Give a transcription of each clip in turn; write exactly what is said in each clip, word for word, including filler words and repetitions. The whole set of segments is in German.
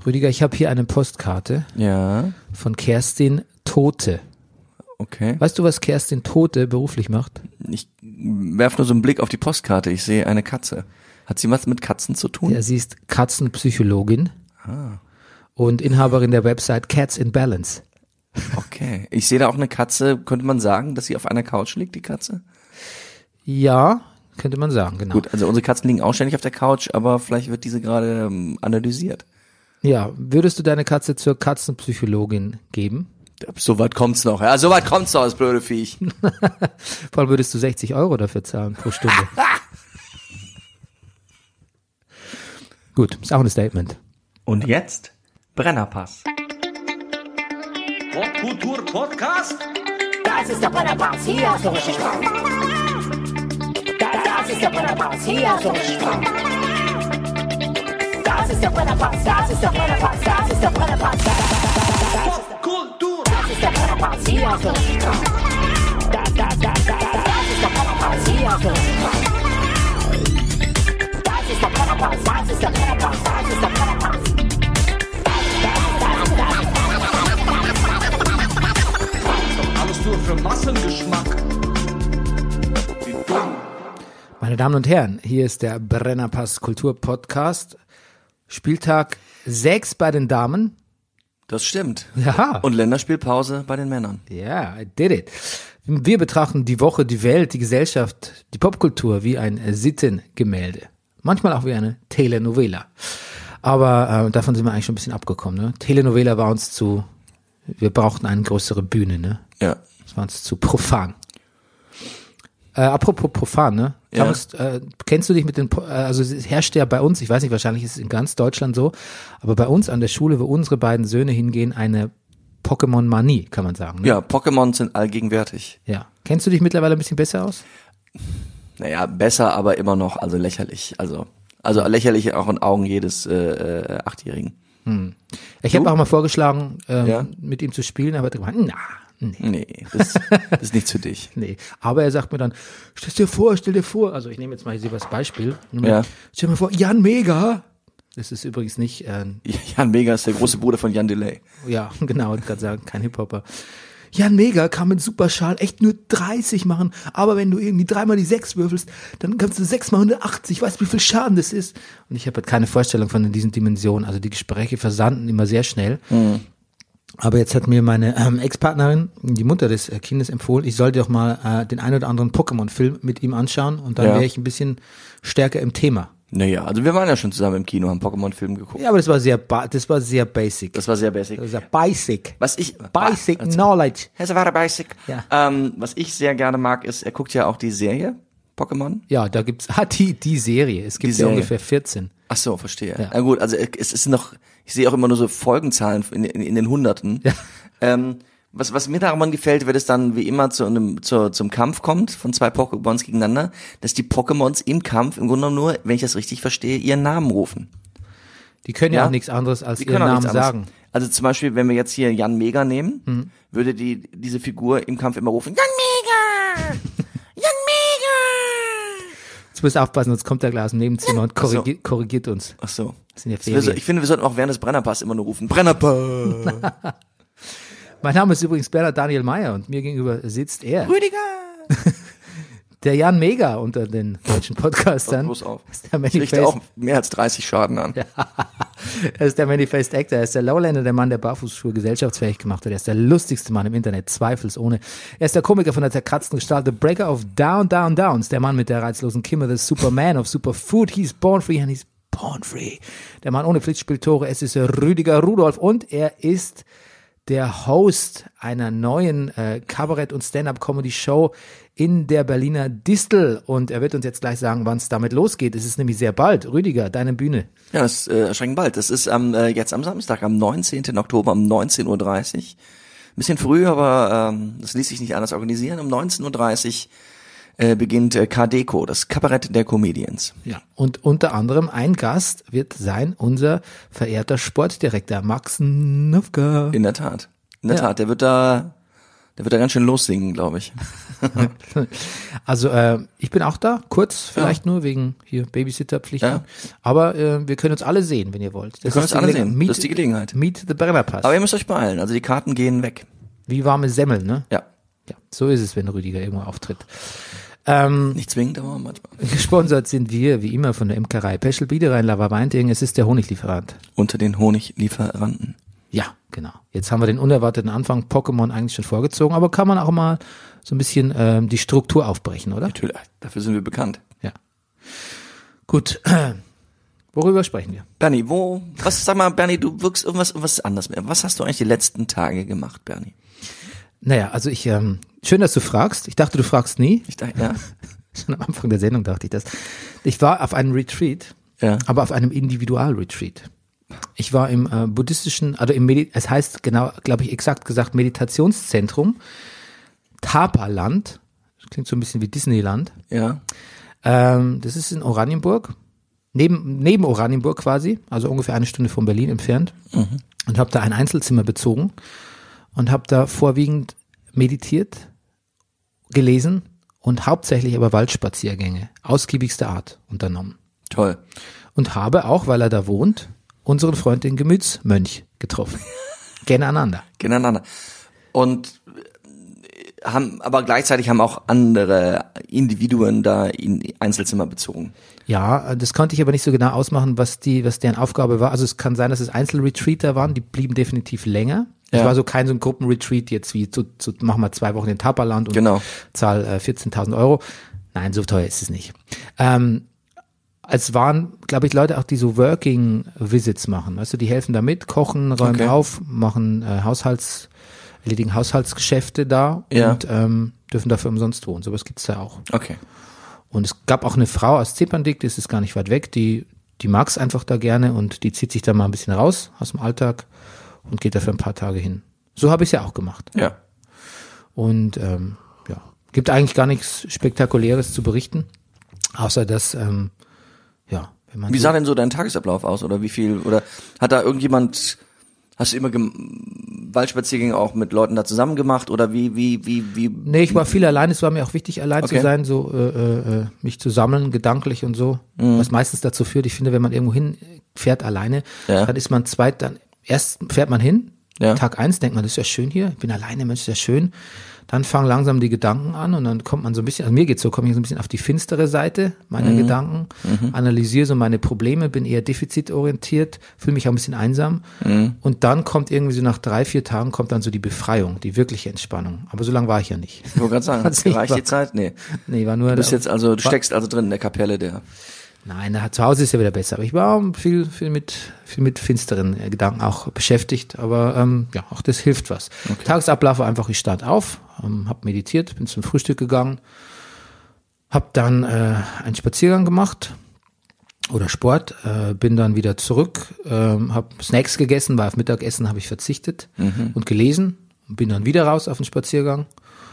Rüdiger, ich habe hier eine Postkarte Ja. von Kerstin Tote. Okay. Weißt du, was Kerstin Tote beruflich macht? Ich werfe nur so einen Blick auf die Postkarte. Ich sehe eine Katze. Hat sie was mit Katzen zu tun? Ja, sie ist Katzenpsychologin Ah. und Inhaberin der Website Cats in Balance. Okay. Ich sehe da auch eine Katze. Könnte man sagen, dass sie auf einer Couch liegt, die Katze? Ja, könnte man sagen, genau. Gut, also unsere Katzen liegen auch ständig auf der Couch, aber vielleicht wird diese gerade ähm, analysiert. Ja, würdest du deine Katze zur Katzenpsychologin geben? So weit kommt's noch. Ja, so weit kommt's noch, das blöde Viech. Vor allem würdest du sechzig Euro dafür zahlen pro Stunde. Gut, ist auch ein Statement. Und jetzt Brennerpass. Popkultur-Podcast? Das ist der Brennerpass, hier hast du richtig Spaß. Das ist der Brennerpass, hier hast du richtig Spaß. Das ist der Brennerpass, das ist der Brennerpass, das ist der Brennerpass. Popkultur! Das ist der Brennerpass, hier hast du richtig Spaß. Das, das, das, das, das ist der Brennerpass, hier hast du richtig Spaß. Das ist der Brennerpass, das ist der Brennerpass, das ist der Brennerpass. Alles nur für Massengeschmack. Wie dumm. Meine Damen und Herren, hier ist der Brennerpass Kultur Podcast. Spieltag sechs bei den Damen. Das stimmt. Ja. Und Länderspielpause bei den Männern. Ja, I did it. Wir betrachten die Woche, die Welt, die Gesellschaft, die Popkultur wie ein Sittengemälde. Manchmal auch wie eine Telenovela. Aber äh, davon sind wir eigentlich schon ein bisschen abgekommen. Ne? Telenovela war uns zu, wir brauchten eine größere Bühne. Ne? Ja. Das war uns zu profan. Äh, apropos profan, ne? Ja. Thomas, äh, kennst du dich mit den, Po- äh, also es herrscht ja bei uns, ich weiß nicht, wahrscheinlich ist es in ganz Deutschland so, aber bei uns an der Schule, wo unsere beiden Söhne hingehen, eine Pokémon-Manie, kann man sagen. Ne? Ja, Pokémon sind allgegenwärtig. Ja. Kennst du dich mittlerweile ein bisschen besser aus? Naja, besser, aber immer noch, also lächerlich. Also, also lächerlich auch in Augen jedes äh, äh, Achtjährigen. Ich habe auch mal vorgeschlagen, ähm, Ja? mit ihm zu spielen, aber er hat gemeint, na, nee, Nee, das, das ist nichts für dich. nee. Aber er sagt mir dann, stell dir vor, stell dir vor, also ich nehme jetzt mal hier was Beispiel. Ja. Stell dir mal vor, Jan Mega. Das ist übrigens nicht, äh, Jan Mega ist der große Bruder von Jan Delay. ja, genau, wollte gerade sagen, kein Hip-Hopper. Jan Mega kann mit Superschal echt nur dreißig machen, aber wenn du irgendwie dreimal die sechs würfelst, dann kannst du sechs mal hundertachtzig, weißt du, wie viel Schaden das ist? Und ich habe halt keine Vorstellung von diesen Dimensionen, also die Gespräche versanden immer sehr schnell. Mhm. Aber jetzt hat mir meine ähm, Ex-Partnerin, die Mutter des äh, Kindes, empfohlen, ich sollte doch mal äh, den ein oder anderen Pokémon-Film mit ihm anschauen und dann Ja. wäre ich ein bisschen stärker im Thema. Naja, also wir waren ja schon zusammen im Kino, haben Pokémon-Film geguckt. Ja, aber das war sehr, ba- das war sehr basic. Das war sehr basic. Das war basic. Was ich Basic Also- Knowledge. Das war basic. Ja. Ähm, was ich sehr gerne mag, ist, er guckt ja auch die Serie Pokémon. Ja, da gibt's, ah, die, die Serie. Es gibt Die ja Serie. ungefähr vierzehn. Ach so, verstehe. Ja. Na gut, also es ist noch, ich sehe auch immer nur so Folgenzahlen in, in, in den Hunderten. Ja. Ähm, was, was mir daran gefällt, wenn es dann wie immer zu einem, zu, zum Kampf kommt von zwei Pokémons gegeneinander, dass die Pokémons im Kampf im Grunde genommen nur, wenn ich das richtig verstehe, ihren Namen rufen. Die können ja, Ja. auch nichts anderes als Die ihren können auch Namen nichts anderes. sagen. Also zum Beispiel, wenn wir jetzt hier Jan Mega nehmen, Mhm. würde die diese Figur im Kampf immer rufen, Jan Mega! Jan Mega! Jetzt musst du aufpassen, sonst kommt der Glas im Nebenzimmer und korrigi- korrigiert uns. Ach so. Das sind ja Das wir so- Ferien. Ich finde, wir sollten auch während des Brennerpass immer nur rufen, Brennerpass! Mein Name ist übrigens Bernhard Daniel Meyer und mir gegenüber sitzt er, Rüdiger! der Jan Mega unter den deutschen Podcastern. Bloß auf. Das ist der Ich richte Manifest, auch mehr als dreißig Schaden an. er ist der Manifest Actor, er ist der Lowlander, der Mann, der Barfußschuhe gesellschaftsfähig gemacht hat. Er ist der lustigste Mann im Internet, zweifelsohne. Er ist der Komiker von der zerkratzten Gestalt, the breaker of Down, Down, Downs, der Mann mit der reizlosen Kimme, the Superman of Superfood. He's born free and he's born free. Der Mann ohne Pflichtspieltore, es ist Rüdiger Rudolph und er ist der Host einer neuen äh, Kabarett- und Stand-Up-Comedy-Show in der Berliner Distel. Und er wird uns jetzt gleich sagen, wann es damit losgeht. Es ist nämlich sehr bald. Rüdiger, deine Bühne. Ja, das ist äh, erschreckend bald. Das ist am äh, jetzt am Samstag, am neunzehnten Oktober um neunzehn Uhr dreißig. Ein bisschen früh, aber ähm, das ließ sich nicht anders organisieren. Um neunzehn Uhr dreißig äh, beginnt äh, K-Deko, das Kabarett der Comedians. Ja. Und unter anderem ein Gast wird sein unser verehrter Sportdirektor Max Nowka. In der Tat. In der Ja. Tat. Der wird da Der wird da ganz schön lossingen, glaube ich. Also äh, ich bin auch da, kurz vielleicht ja. nur, wegen hier Babysitterpflichten. Ja. Aber äh, wir können uns alle sehen, wenn ihr wollt. Das wir können uns alle sehen, meet, das ist die Gelegenheit. Meet the Brennerpass. Aber ihr müsst euch beeilen, also die Karten gehen weg. Wie warme Semmel, ne? Ja. Ja, so ist es, wenn Rüdiger irgendwo auftritt. Ähm, Nicht zwingend, aber manchmal. Gesponsert sind wir, wie immer, von der Imkerei Peschel Biederein Laberweinting. Es ist der Honiglieferant. Unter den Honiglieferanten. Ja, genau. Jetzt haben wir den unerwarteten Anfang Pokémon eigentlich schon vorgezogen, aber kann man auch mal so ein bisschen ähm, die Struktur aufbrechen, oder? Natürlich, dafür sind wir bekannt. Ja. Gut. Worüber sprechen wir? Bernie, wo, was, sag mal, Bernie, du wirkst irgendwas, irgendwas anders mehr. Was hast du eigentlich die letzten Tage gemacht, Bernie? Naja, also ich, ähm, schön, dass du fragst. Ich dachte, du fragst nie. Ich dachte, ja. Schon am Anfang der Sendung dachte ich das. Ich war auf einem Retreat, ja. aber auf einem Individual-Retreat. Ich war im äh, buddhistischen, also im Medi- es heißt genau, glaube ich, exakt gesagt Meditationszentrum Tapaland. Das klingt so ein bisschen wie Disneyland. Ja. Ähm, das ist in Oranienburg, neben neben Oranienburg quasi, also ungefähr eine Stunde von Berlin entfernt. Mhm. Und habe da ein Einzelzimmer bezogen und habe da vorwiegend meditiert, gelesen und hauptsächlich aber Waldspaziergänge ausgiebigster Art unternommen. Toll. Und habe auch, weil er da wohnt, unseren Freund den Gemütsmönch getroffen. Gegeneinander. Gegeneinander. Und haben, aber gleichzeitig haben auch andere Individuen da in Einzelzimmer bezogen. Ja, das konnte ich aber nicht so genau ausmachen, was die, was deren Aufgabe war. Also es kann sein, dass es Einzelretreater waren, die blieben definitiv länger. Es Ja. war so kein so ein Gruppenretreat jetzt wie zu, zu machen wir zwei Wochen in Tapaland und Genau. zahl äh, vierzehntausend Euro. Nein, so teuer ist es nicht. Ähm, es waren, glaube ich, Leute auch, die so Working Visits machen. Weißt du, die helfen da mit, kochen, räumen Okay. auf, machen äh, Haushalts, erledigen Haushaltsgeschäfte da Ja. und ähm, dürfen dafür umsonst wohnen. Sowas gibt's da auch. Okay. Und es gab auch eine Frau aus Zeperndik, das ist gar nicht weit weg, die, die mag's einfach da gerne und die zieht sich da mal ein bisschen raus aus dem Alltag und geht da für ein paar Tage hin. So habe ich es ja auch gemacht. Ja. Und ähm, ja, gibt eigentlich gar nichts Spektakuläres zu berichten, außer dass, ähm, ja, wenn man Wie so- sah denn so dein Tagesablauf aus oder wie viel, oder hat da irgendjemand, hast du immer gem- Waldspaziergänge auch mit Leuten da zusammen gemacht oder wie, wie, wie, wie? Nee, ich war viel allein. Es war mir auch wichtig, allein Okay. zu sein, so äh, äh, mich zu sammeln, gedanklich und so. Mhm. Was meistens dazu führt, ich finde, wenn man irgendwo hinfährt alleine, Ja. dann ist man zweit, dann erst fährt man hin, Ja. Tag eins denkt man, das ist ja schön hier, ich bin alleine, Mensch, ist ja schön. Dann fangen langsam die Gedanken an und dann kommt man so ein bisschen, also mir geht's so, komme ich so ein bisschen auf die finstere Seite meiner Mhm. Gedanken, analysiere so meine Probleme, bin eher defizitorientiert, fühle mich auch ein bisschen einsam Mhm. und dann kommt irgendwie so nach drei, vier Tagen kommt dann so die Befreiung, die wirkliche Entspannung. Aber so lange war ich ja nicht. Ich wollte gerade sagen, Also ich reicht war- die Zeit? Nee. Nee, war nur. Du bist jetzt also, du war- steckst also drin in der Kapelle der. Nein, na, zu Hause ist ja wieder besser. Aber ich war viel, viel mit, viel mit finsteren äh, Gedanken auch beschäftigt. Aber ähm, ja, auch das hilft was. Tagesablauf war einfach: Ich stand auf, ähm, habe meditiert, bin zum Frühstück gegangen, habe dann äh, einen Spaziergang gemacht oder Sport, äh, bin dann wieder zurück, ähm, habe Snacks gegessen, weil auf Mittagessen habe ich verzichtet und gelesen und bin dann wieder raus auf den Spaziergang.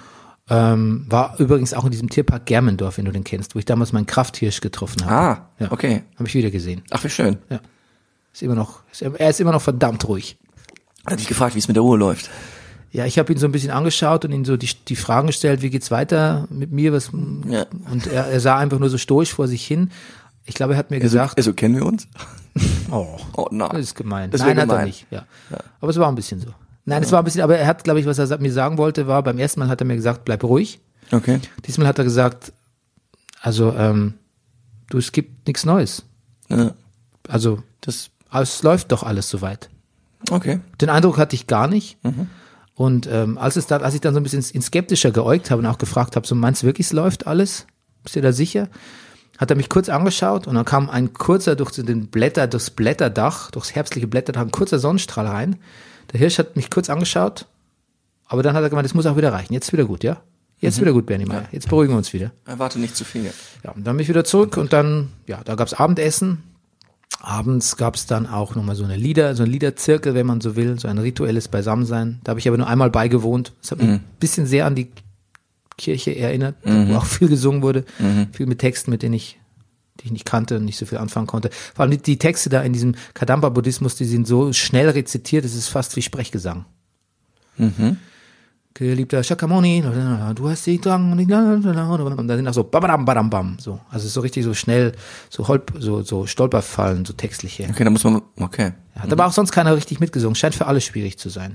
Ähm, war übrigens auch in diesem Tierpark Germendorf, wenn du den kennst, wo ich damals meinen Krafthirsch getroffen habe. Ah, Ja. okay. Habe ich wieder gesehen. Ach, wie schön. Ja. Ist immer noch, ist, er ist immer noch verdammt ruhig. Hat dich gefragt, wie es mit der Uhr läuft. Ja, ich habe ihn so ein bisschen angeschaut und ihn so die, die Fragen gestellt, wie geht's weiter mit mir? Was, Ja. Und er, er sah einfach nur so stoisch vor sich hin. Ich glaube, er hat mir gesagt, Also kennen wir uns? oh, Oh nein. das ist gemein. Das Nein, wär hat er gemein. nicht. Ja. Aber es war ein bisschen so. Nein, es war ein bisschen, aber er hat, glaube ich, was er sa- mir sagen wollte, war, beim ersten Mal hat er mir gesagt, bleib ruhig. Okay. Diesmal hat er gesagt, also, ähm, du, es gibt nichts Neues. Ja. Also, Das, es läuft doch alles soweit. okay. Den Eindruck hatte ich gar nicht. Mhm. Und ähm, als es dann, als ich dann so ein bisschen in skeptischer geäugt habe und auch gefragt habe, so meinst du wirklich, es läuft alles? Bist du da sicher? Hat er mich kurz angeschaut und dann kam ein kurzer durch den Blätter, durchs Blätterdach, durchs herbstliche Blätterdach, ein kurzer Sonnenstrahl rein. Der Hirsch hat mich kurz angeschaut, aber dann hat er gemeint, es muss auch wieder reichen. Jetzt ist wieder gut, ja? Jetzt wieder gut, Bernie Meyer. Jetzt beruhigen wir uns wieder. Erwarte nicht zu viel. Ja, und dann bin ich wieder zurück und dann, ja, da gab's Abendessen. Abends gab's dann auch nochmal so eine Lieder, so ein Liederzirkel, wenn man so will, so ein rituelles Beisammensein. Da habe ich aber nur einmal beigewohnt. Das hat mich ein bisschen sehr an die Kirche erinnert, wo auch viel gesungen wurde, viel mit Texten, mit denen ich, die ich nicht kannte und nicht so viel anfangen konnte. Vor allem die, die Texte da in diesem Kadampa-Buddhismus, die sind so schnell rezitiert, es ist fast wie Sprechgesang. Geliebter Shakyamuni, du hast die Drang und ich- und dann sind auch so babadam, badam, bam, so. Also so richtig so schnell, so holp, so, so Stolperfallen, so textliche. Okay, da muss man, okay. Hat aber auch sonst keiner richtig mitgesungen. Scheint für alle schwierig zu sein.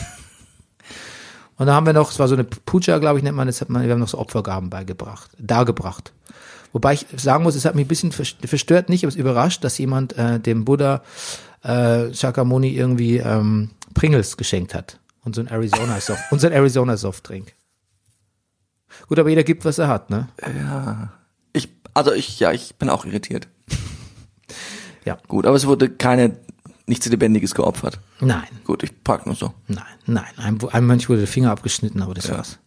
Und da haben wir noch, es war so eine Puja, glaube ich, nennt man das, hat man, wir haben noch so Opfergaben beigebracht, dargebracht. Wobei ich sagen muss, es hat mich ein bisschen verstört, nicht, aber es überrascht, dass jemand äh, dem Buddha äh, Shakyamuni irgendwie ähm, Pringles geschenkt hat. Und so ein Arizona Soft, und so ein Arizona Softdrink. Gut, aber jeder gibt, was er hat, ne? Ja. Ich, also ich, ja, ich bin auch irritiert. Ja. Gut, aber es wurde keine, nichts Lebendiges geopfert. Nein, Gut, ich pack nur so. nein, nein. Einem, einem Mönch wurde der Finger abgeschnitten, aber das Ja. war's.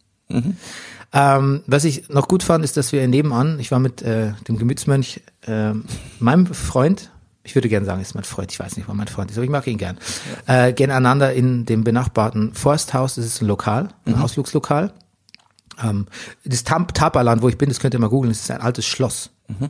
Ähm, was ich noch gut fand, ist, dass wir nebenan, ich war mit äh, dem Gemütsmönch, äh, meinem Freund, ich würde gerne sagen, ist mein Freund, ich weiß nicht, wo mein Freund ist, aber ich mag ihn gern, äh, gehen einander in dem benachbarten Forsthaus, das ist ein Lokal, ein Ausflugslokal. Ähm, das Tam- Tapaland, wo ich bin, das könnt ihr mal googeln, das ist ein altes Schloss.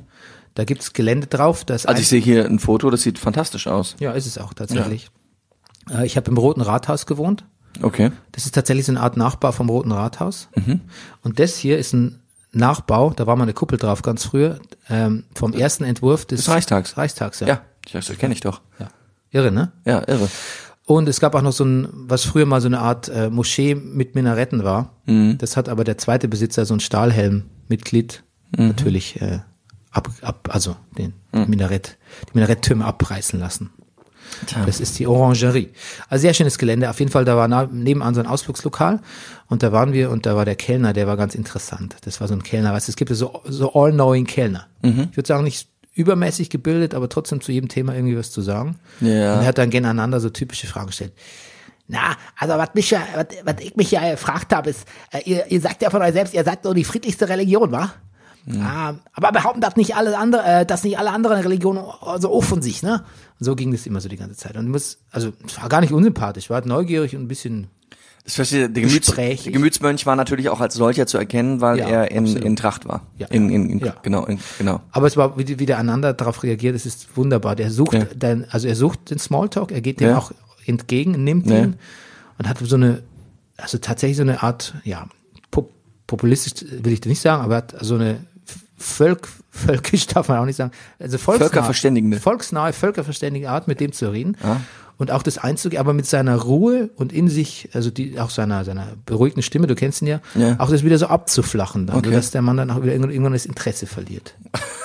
Da gibt's Gelände drauf. Das Also ich sehe hier ein Foto, das sieht fantastisch aus. Ja, ist es auch tatsächlich. Äh, ich habe im Roten Rathaus gewohnt. Okay. Das ist tatsächlich so eine Art Nachbau vom Roten Rathaus. Und das hier ist ein Nachbau, da war mal eine Kuppel drauf ganz früher, ähm, vom ersten Entwurf des, Des Reichstags. Reichstags, ja. Ja, das kenne ich doch. ja. Irre, ne? Ja, irre. Und es gab auch noch so ein, was früher mal so eine Art äh, Moschee mit Minaretten war. Das hat aber der zweite Besitzer, so ein Stahlhelm-Mitglied, natürlich äh, ab, ab, also den Minarett, die Minaretttürme abreißen lassen. Tja. Das ist die Orangerie. Also sehr schönes Gelände. Auf jeden Fall, da war nah, nebenan so ein Ausflugslokal und da waren wir und da war der Kellner, der war ganz interessant. Das war so ein Kellner, weißt du, es gibt ja so, so all-knowing Kellner. Ich würde sagen, nicht übermäßig gebildet, aber trotzdem zu jedem Thema irgendwie was zu sagen. Ja. Und er hat dann gegeneinander so typische Fragen gestellt. Na, also was mich ja, was, was ich mich ja gefragt habe, ist, äh, ihr, ihr sagt ja von euch selbst, ihr seid so die friedlichste Religion, wa? Ah, aber behaupten das nicht alle andere, äh, dass nicht alle anderen Religionen also auch von sich, ne? Und so ging das immer so die ganze Zeit. Und ich muss, also es war gar nicht unsympathisch, war halt neugierig und ein bisschen. Das verstehe, der, Gemüts, Gesprächig. der Gemütsmönch war natürlich auch als solcher zu erkennen, weil Ja, er in, absolut. in Tracht war. Ja. In, in, in, Ja. Genau, in, genau. Aber es war, wie, wie der einander darauf reagiert, es ist wunderbar. Der sucht Ja. dann, also er sucht den Smalltalk, er geht dem Ja. auch entgegen, nimmt Ja. ihn und hat so eine, also tatsächlich so eine Art, ja, pop, populistisch will ich das nicht sagen, aber hat so eine Völk, völkisch darf man auch nicht sagen, also volksnahe, Völkerverständigende. volksnahe, völkerverständige Art, mit dem zu reden. Und auch das einzugehen, aber mit seiner Ruhe und in sich, also die, auch seiner, seiner beruhigten Stimme, du kennst ihn ja, Ja. auch das wieder so abzuflachen dann, Okay. sodass der Mann dann auch wieder irgendwann, irgendwann das Interesse verliert.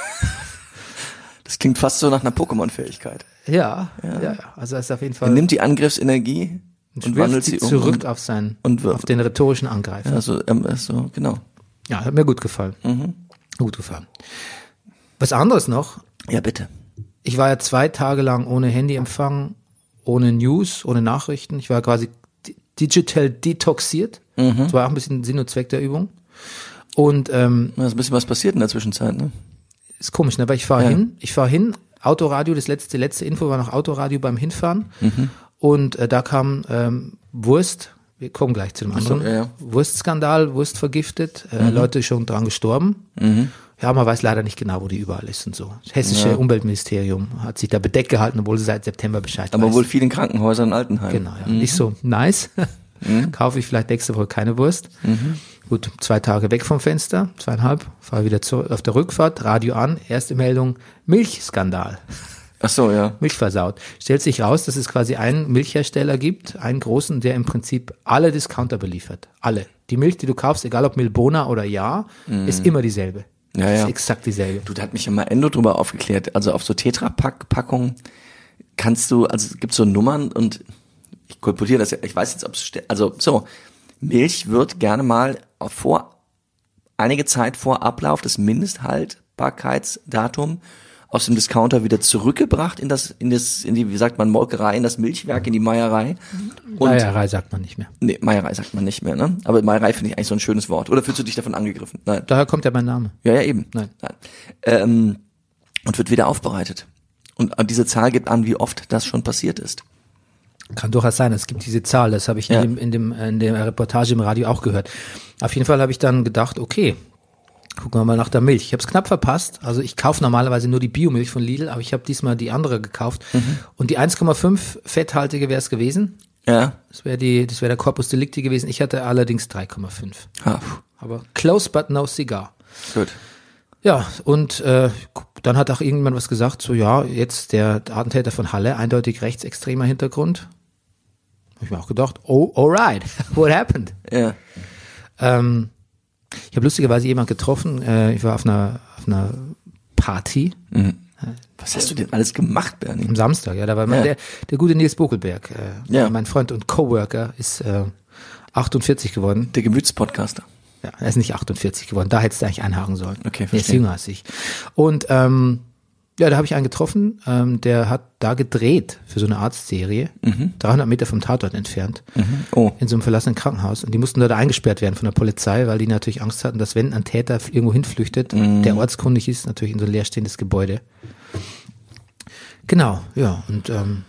Das klingt fast so nach einer Pokémon-Fähigkeit. Ja, ja, ja, also er ist auf jeden Fall Er nimmt die Angriffsenergie und, und wandelt wirft sie sie um. zurück und, auf seinen, und wirft. auf den rhetorischen Angreifer. also, ähm, so, genau. Ja, hat mir gut gefallen. Mhm. Gut gefallen. Was anderes noch, Ja, bitte. ich war ja zwei Tage lang ohne Handyempfang, ohne News, ohne Nachrichten. Ich war quasi di- digital detoxiert. Mhm. Das war auch ein bisschen Sinn und Zweck der Übung. Und ähm, Da ist ein bisschen was passiert in der Zwischenzeit, ne? ist komisch, ne? Aber ich fahre Ja. hin, ich fahre hin, Autoradio, das letzte, letzte Info war noch Autoradio beim Hinfahren. Mhm. Und äh, da kam ähm, Wurst, wir kommen gleich zu dem so, anderen, ja, ja. Wurstskandal, Wurst vergiftet, äh, Leute schon dran gestorben. Mhm. Ja, man weiß leider nicht genau, wo die überall ist und so. Das hessische Umweltministerium hat sich da bedeckt gehalten, obwohl sie seit September Bescheid Aber weiß. wohl viel in Krankenhäusern und Altenheimen. Genau, ja. Nicht so nice. Kaufe ich vielleicht nächste Woche keine Wurst. Gut, zwei Tage weg vom Fenster, zweieinhalb, fahre wieder zurück auf der Rückfahrt, Radio an, erste Meldung, Milchskandal. Ach so, ja. Milch versaut. Stellt sich raus, dass es quasi einen Milchhersteller gibt, einen großen, der im Prinzip alle Discounter beliefert. Alle. Die Milch, die du kaufst, egal ob Milbona oder Ja, ist immer dieselbe. Ja, ja. Ist exakt dieselbe. Du, da hat mich ja mal Endo drüber aufgeklärt. Also auf so Tetra-Pack-Packungen kannst du, also es gibt so Nummern und ich kolportiere das ja, ich weiß jetzt, ob es stimmt. Also so, Milch wird gerne mal auf vor, einige Zeit vor Ablauf des Mindesthaltbarkeitsdatums aus dem Discounter wieder zurückgebracht in das, in das, in die, wie sagt man, Molkerei, in das Milchwerk, in die Meierei. Und Meierei sagt man nicht mehr. nee, Meierei sagt man nicht mehr, ne? Aber Meierei finde ich eigentlich so ein schönes Wort. Oder fühlst du dich davon angegriffen? Nein. Daher kommt ja mein Name. Ja, ja, eben. Nein. Nein. Ähm, und wird wieder aufbereitet. Und diese Zahl gibt an, wie oft das schon passiert ist. Kann durchaus sein, es gibt diese Zahl, das habe ich Ja. in, dem, in, dem, in der Reportage im Radio auch gehört. Auf jeden Fall habe ich dann gedacht, okay, gucken wir mal nach der Milch. Ich habe es knapp verpasst, also ich kaufe normalerweise nur die Biomilch von Lidl, aber ich habe diesmal die andere gekauft. Und die eins Komma fünf fetthaltige wäre es gewesen. Ja. Das wäre die, das wäre der Corpus Delicti gewesen. Ich hatte allerdings drei Komma fünf. Ah, Aber close but no cigar. gut. Ja, und äh, dann hat auch irgendjemand was gesagt, so ja, jetzt der Attentäter von Halle, eindeutig rechtsextremer Hintergrund. Hab ich mir auch gedacht, oh, alright, what happened? Ja. Ähm, ich habe lustigerweise jemand getroffen, äh, ich war auf einer, auf einer Party Was hast du denn alles gemacht, Bernie? am Samstag, ja, da war mein, Ja. der, der gute Nils Bokelberg, äh, Ja. mein Freund und Coworker, ist äh, achtundvierzig geworden. Der Gemütspodcaster. Ja, er ist nicht achtundvierzig geworden, da hättest du eigentlich einhaken sollen. Okay, Er ist verstehe. jünger als ich. Und ähm, ja, da habe ich einen getroffen, ähm, der hat da gedreht für so eine Arztserie, dreihundert Meter vom Tatort entfernt, Oh. in so einem verlassenen Krankenhaus. Und die mussten dort eingesperrt werden von der Polizei, weil die natürlich Angst hatten, dass wenn ein Täter irgendwo hinflüchtet, der ortskundig ist, natürlich in so ein leerstehendes Gebäude. Genau, ja, und ähm,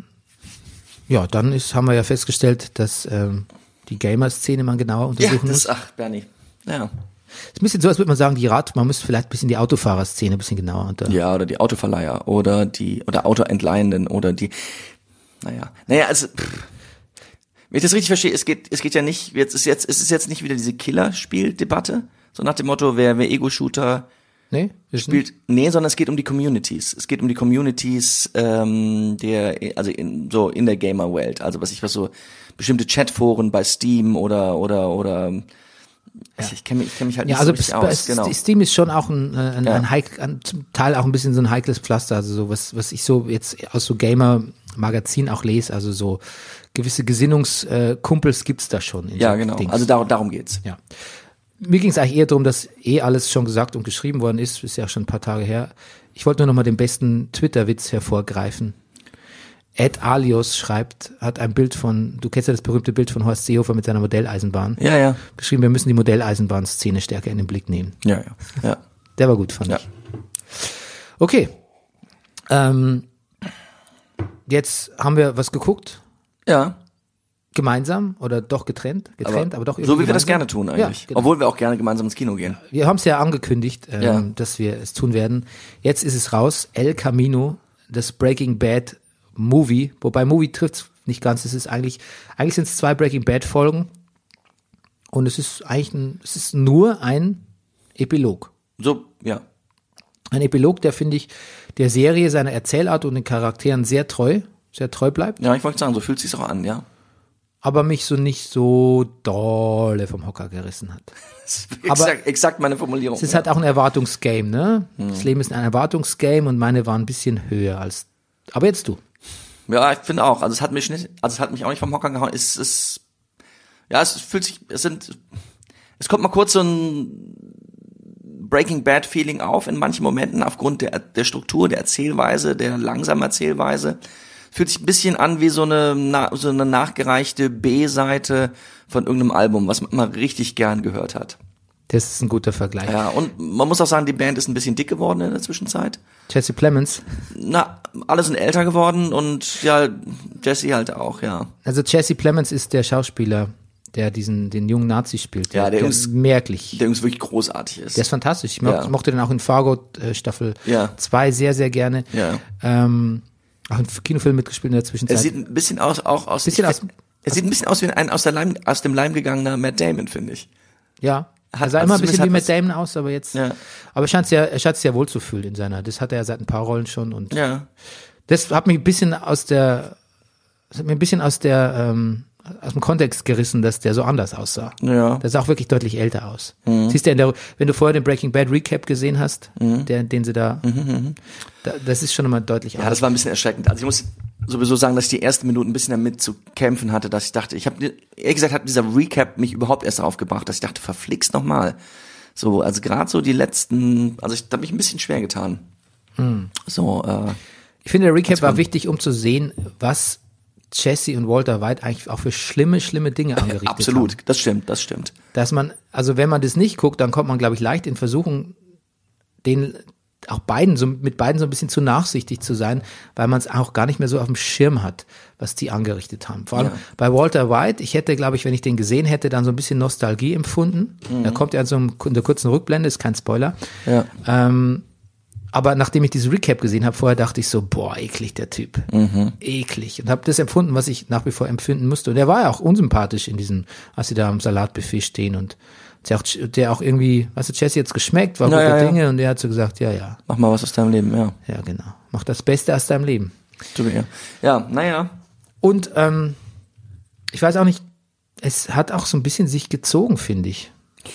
ja, dann ist, haben wir ja festgestellt, dass ähm, die Gamer-Szene man genauer Ja, untersuchen das muss. ist, ach, Bernie. Ja. Ist ein bisschen so, als würde man sagen, die Rad, man muss vielleicht ein bisschen die Autofahrerszene ein bisschen genauer unter. Ja, oder die Autoverleiher oder die, oder Autoentleihenden oder die, naja, naja, also, pff. Wenn ich das richtig verstehe, es geht, es geht ja nicht, jetzt ist jetzt, es ist jetzt nicht wieder diese Killerspiel-Debatte, so nach dem Motto, wer, wer Ego-Shooter Nee, ist spielt, nee, sondern es geht um die Communities. Es geht um die Communities, ähm, der, also in, so in der Gamer-Welt. Also was ich was so, bestimmte Chatforen bei Steam oder, oder, oder, also ich kenne mich, ich kenne mich halt Ja, nicht also so richtig bei- aus, genau. Steam ist schon auch ein, äh, ein, Ja. ein, heik, ein zum Teil auch ein bisschen so ein heikles Pflaster, also so was, was ich so jetzt aus so Gamer-Magazin auch lese, also so gewisse Gesinnungskumpels gibt's da schon. In Ja, so genau. Dings. Also darum, darum geht's. Ja. Mir ging es eigentlich eher darum, dass eh alles schon gesagt und geschrieben worden ist, ist ja auch schon ein paar Tage her. Ich wollte nur noch mal den besten Twitter-Witz hervorgreifen. Ed Alios schreibt, hat ein Bild von, du kennst ja das berühmte Bild von Horst Seehofer mit seiner Modelleisenbahn, Ja, ja. geschrieben, wir müssen die Modelleisenbahnszene stärker in den Blick nehmen. Ja, ja. Ja. Der war gut, fand Ja. ich. Okay. Ähm, jetzt haben wir was geguckt, Ja. gemeinsam oder doch getrennt, getrennt, aber, doch irgendwie so wie wir das gemeinsam. gerne tun eigentlich. Ja, genau. Obwohl wir auch gerne gemeinsam ins Kino gehen. Wir haben es ja angekündigt, ähm, Ja. dass wir es tun werden. Jetzt ist es raus, El Camino, das Breaking Bad Movie, wobei Movie trifft nicht ganz, es ist eigentlich, eigentlich sind es zwei Breaking Bad Folgen und es ist eigentlich ein, es ist nur ein Epilog. So, ja. Ein Epilog, der, finde ich, der Serie, seiner Erzählart und den Charakteren sehr treu, sehr treu bleibt, Ja, ich wollte sagen, so fühlt sich's auch an, ja. aber mich so nicht so dolle vom Hocker gerissen hat. Das ist Aber- exakt, exakt meine Formulierung. Es ist ja. halt auch ein Erwartungsgame, ne? Das Leben ist ein Erwartungsgame und meine waren ein bisschen höher als, aber jetzt du. Ja, ich finde auch. Also es hat mich nicht, also es hat mich auch nicht vom Hocker gehauen. Es ist, ja, es fühlt sich, es sind, es kommt mal kurz so ein Breaking Bad Feeling auf in manchen Momenten aufgrund der der Struktur, der Erzählweise, der langsamen Erzählweise. Fühlt sich ein bisschen an wie so eine na, so eine nachgereichte B-Seite von irgendeinem Album, was man mal richtig gern gehört hat. Das ist ein guter Vergleich. Ja, und man muss auch sagen, die Band ist ein bisschen dick geworden in der Zwischenzeit. Jesse Plemons. Na, alle sind älter geworden und ja, Jesse halt auch, ja. Also Jesse Plemons ist der Schauspieler, der diesen, den jungen Nazi spielt. Ja, der ist- merklich. Der übrigens wirklich großartig ist. Der ist fantastisch. Ich, mo Ja. ich mochte den auch in Fargo äh, Staffel Ja. zwei sehr, sehr gerne. Ja. Ähm, auch in Kinofilm mitgespielt in der Zwischenzeit. Er sieht ein bisschen aus, auch aus, Bisschen ich, aus- er sieht ein bisschen aus wie ein aus der Leim, aus dem Leim gegangener Matt Damon, finde ich. ja. Hat- Er sah also immer ein zumindest bisschen wie hat Matt was- Damon aus, aber jetzt, Ja. aber er scheint es ja, er scheint es ja wohl zu fühlen in seiner, das hat er ja seit ein paar Rollen schon und Ja. das hat mich ein bisschen aus der, das hat mir ein bisschen aus der, ähm, aus dem Kontext gerissen, dass der so anders aussah. Ja. Der sah auch wirklich deutlich älter aus. Siehst du, in der, wenn du vorher den Breaking Bad Recap gesehen hast, der, den sie da, da, das ist schon immer deutlich Ja, das war ein bisschen erschreckend. Also ich muss sowieso sagen, dass ich die ersten Minuten ein bisschen damit zu kämpfen hatte, dass ich dachte, ich habe, ehrlich gesagt, hat dieser Recap mich überhaupt erst darauf gebracht, dass ich dachte, verflixt noch mal. So, also gerade so die letzten, also ich da habe mich ein bisschen schwer getan. So, äh, Ich finde, der Recap Das war- war wichtig, um zu sehen, was Jesse und Walter White eigentlich auch für schlimme, schlimme Dinge angerichtet haben. absolut, das stimmt, das stimmt. Dass man, also wenn man das nicht guckt, dann kommt man, glaube ich, leicht in Versuchung, den auch beiden, so, mit beiden so ein bisschen zu nachsichtig zu sein, weil man es auch gar nicht mehr so auf dem Schirm hat, was die angerichtet haben. Vor allem Ja. bei Walter White, ich hätte, glaube ich, wenn ich den gesehen hätte, dann so ein bisschen Nostalgie empfunden. Da kommt ja in so einem, in der kurzen Rückblende, ist kein Spoiler. Ja. Ähm, aber nachdem ich diese Recap gesehen habe, vorher dachte ich so, boah, eklig der Typ. Mhm. Eklig. Und habe das empfunden, was ich nach wie vor empfinden musste. Und er war ja auch unsympathisch in diesen, als sie da am Salatbuffet stehen und der auch, der auch irgendwie, weißt du, Jesse hat's geschmeckt, war Na, guter ja, ja. Dinge und er hat so gesagt, ja, ja, Mach mal was aus deinem Leben, ja. ja, genau. Mach das Beste aus deinem Leben. Super, ja. Ja, naja. Und ähm, ich weiß auch nicht, es hat auch so ein bisschen sich gezogen, finde ich.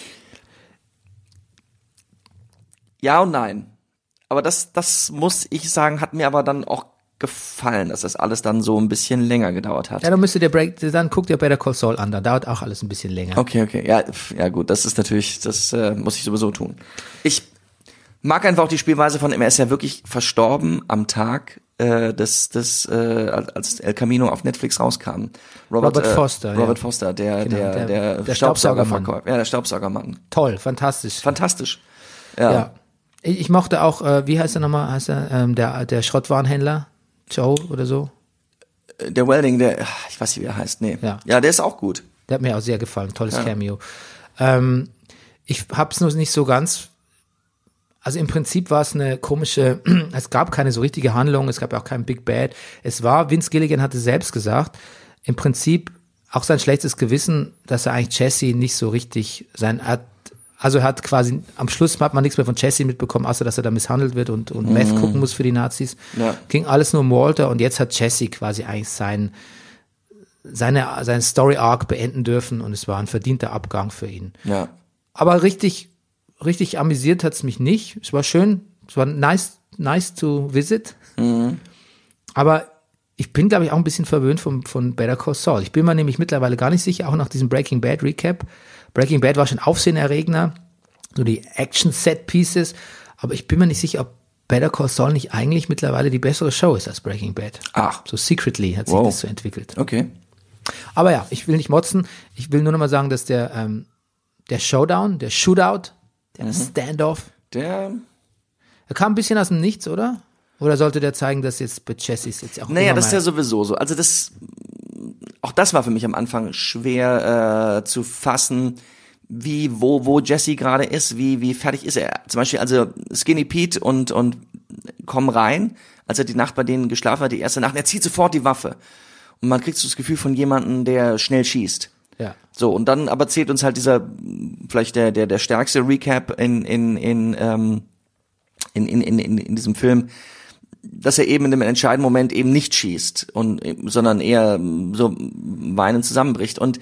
Ja und nein. Aber das, das muss ich sagen, hat mir aber dann auch gefallen, dass das alles dann so ein bisschen länger gedauert hat. Ja, dann müsste der Break, dann guckt ihr Better Call Saul an, da dauert auch alles ein bisschen länger. Okay, okay. Ja, pf, ja gut, das ist natürlich, das äh, muss ich sowieso tun. Ich mag einfach auch die Spielweise von ihm. Er ist ja wirklich verstorben am Tag äh, des, des äh, als El Camino auf Netflix rauskam. Robert, Robert äh, Foster, Robert ja. Foster, der, Genau, der, der- der, der Staubsaugermann. Staubsaugermann. Ja, der Staubsaugermann. Toll, fantastisch. Fantastisch. Ja. Ja. Ich, ich mochte auch, äh, wie heißt er nochmal, heißt er, ähm, der, der Schrottwarenhändler, Joe oder so. Der Welding, der, ach, ich weiß nicht, wie er heißt, nee. Ja. Ja, der ist auch gut. Der hat mir auch sehr gefallen, tolles Ja. Cameo. Ähm, ich hab's nur nicht so ganz, also im Prinzip war es eine komische, es gab keine so richtige Handlung, es gab auch kein Big Bad. Es war, Vince Gilligan hatte selbst gesagt, im Prinzip auch sein schlechtes Gewissen, dass er eigentlich Jesse nicht so richtig sein, er hat, also er hat quasi, am Schluss hat man nichts mehr von Jesse mitbekommen, außer dass er da misshandelt wird und, und Meth gucken muss für die Nazis. Ja. Ging alles nur um Walter und jetzt hat Jesse quasi eigentlich sein, seine, seinen Story Arc beenden dürfen und es war ein verdienter Abgang für ihn. Ja. Aber richtig, richtig amüsiert hat's mich nicht. Es war schön, es war nice, nice to visit. Aber ich bin, glaube ich, auch ein bisschen verwöhnt von, von Better Call Saul. Ich bin mir nämlich mittlerweile gar nicht sicher, auch nach diesem Breaking Bad Recap. Breaking Bad war schon Aufsehenerregner, so die Action-Set-Pieces, aber ich bin mir nicht sicher, ob Better Call Saul nicht eigentlich mittlerweile die bessere Show ist als Breaking Bad. Ach. So secretly hat sich Wow. das so entwickelt. Okay. Aber ja, ich will nicht motzen. Ich will nur noch mal sagen, dass der, ähm, der Showdown, der Shootout, der Standoff, Der, er kam ein bisschen aus dem Nichts, oder? Oder sollte der zeigen, dass jetzt bei Chessis jetzt auch naja, immer das ist mal- ja sowieso so. Also das, auch das war für mich am Anfang schwer äh, zu fassen, wie, wo, wo Jesse gerade ist, wie, wie fertig ist er. Zum Beispiel, also Skinny Pete und, und kommen rein, als er die Nacht bei denen geschlafen hat, die erste Nacht, und er zieht sofort die Waffe. Und man kriegt so das Gefühl von jemandem, der schnell schießt. Ja. So, und dann aber zählt uns halt dieser, vielleicht der, der, der stärkste Recap in, in, in, ähm, in, in, in, in, in diesem Film, dass er eben in dem entscheidenden Moment eben nicht schießt und, sondern eher so weinend zusammenbricht. Und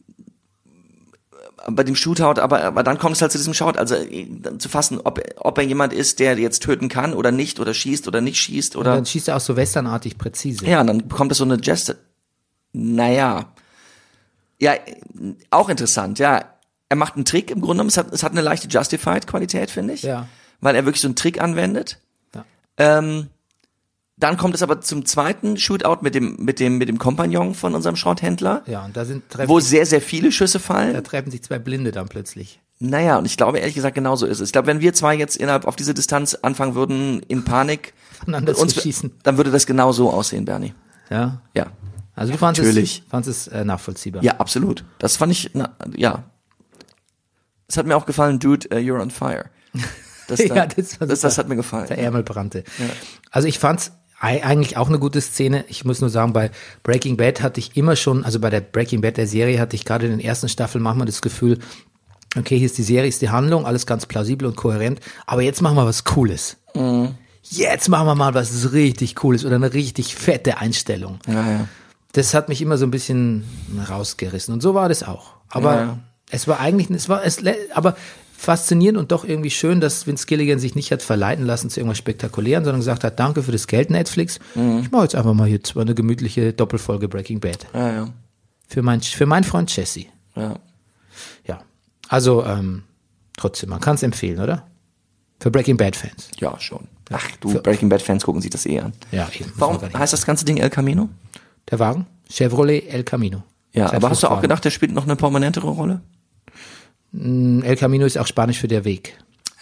bei dem Shootout, aber, aber dann kommt es halt zu diesem Shootout, also zu fassen, ob, ob er jemand ist, der jetzt töten kann oder nicht, oder schießt oder nicht schießt, Und oder, dann schießt er auch so westernartig präzise. ja, und dann bekommt es so eine Geste. Naja. Ja, auch interessant, ja. Er macht einen Trick im Grunde genommen, es hat, es hat eine leichte Justified-Qualität, finde ich. Ja. Weil er wirklich so einen Trick anwendet. Ja. Ähm, dann kommt es aber zum zweiten Shootout mit dem, mit dem, mit dem Kompagnon von unserem Schrotthändler, Ja, und da sind treffen, wo sehr, sehr viele Schüsse fallen. da treffen sich zwei Blinde dann plötzlich. Naja, und ich glaube ehrlich gesagt, genauso ist es. Ich glaube, wenn wir zwei jetzt innerhalb auf diese Distanz anfangen würden, in Panik, Voneinander zu schießen. dann würde das genau so aussehen, Bernie. Ja. Ja. Also du fandest Natürlich. es, fandest es äh, nachvollziehbar. Ja, absolut. Das fand ich, na, ja. Es hat mir auch gefallen, Dude, uh, you're on fire. Das, Ja, das war das, super. das hat mir gefallen. Der Ärmel brannte. Also ich fand's ei- eigentlich auch eine gute Szene. Ich muss nur sagen, bei Breaking Bad hatte ich immer schon, also bei der Breaking Bad der Serie hatte ich gerade in den ersten Staffeln manchmal das Gefühl, okay, hier ist die Serie, ist die Handlung, alles ganz plausibel und kohärent, aber jetzt machen wir was Cooles. Jetzt machen wir mal was richtig Cooles oder eine richtig fette Einstellung. Ja, ja. Das hat mich immer so ein bisschen rausgerissen und so war das auch. Aber Ja, ja. es war eigentlich, es war, es, aber faszinierend und doch irgendwie schön, dass Vince Gilligan sich nicht hat verleiten lassen zu irgendwas Spektakulären, sondern gesagt hat, danke für das Geld, Netflix. Mhm. Ich mache jetzt einfach mal jetzt mal eine gemütliche Doppelfolge Breaking Bad. Ja, ja. Für mein, für meinen Freund Jesse. Ja. Ja. Also, ähm, trotzdem, man kann es empfehlen, oder? Für Breaking Bad Fans. Ja, schon. Ach, du, Für- Breaking Bad Fans gucken sich das eh an. Ja, eben. Warum Muss man gar nicht- heißt das ganze Ding El Camino? Der Wagen? Chevrolet El Camino. Ja, Sein aber hast du auch Fruchtwagen. gedacht, der spielt noch eine prominentere Rolle? El Camino ist auch Spanisch für der Weg.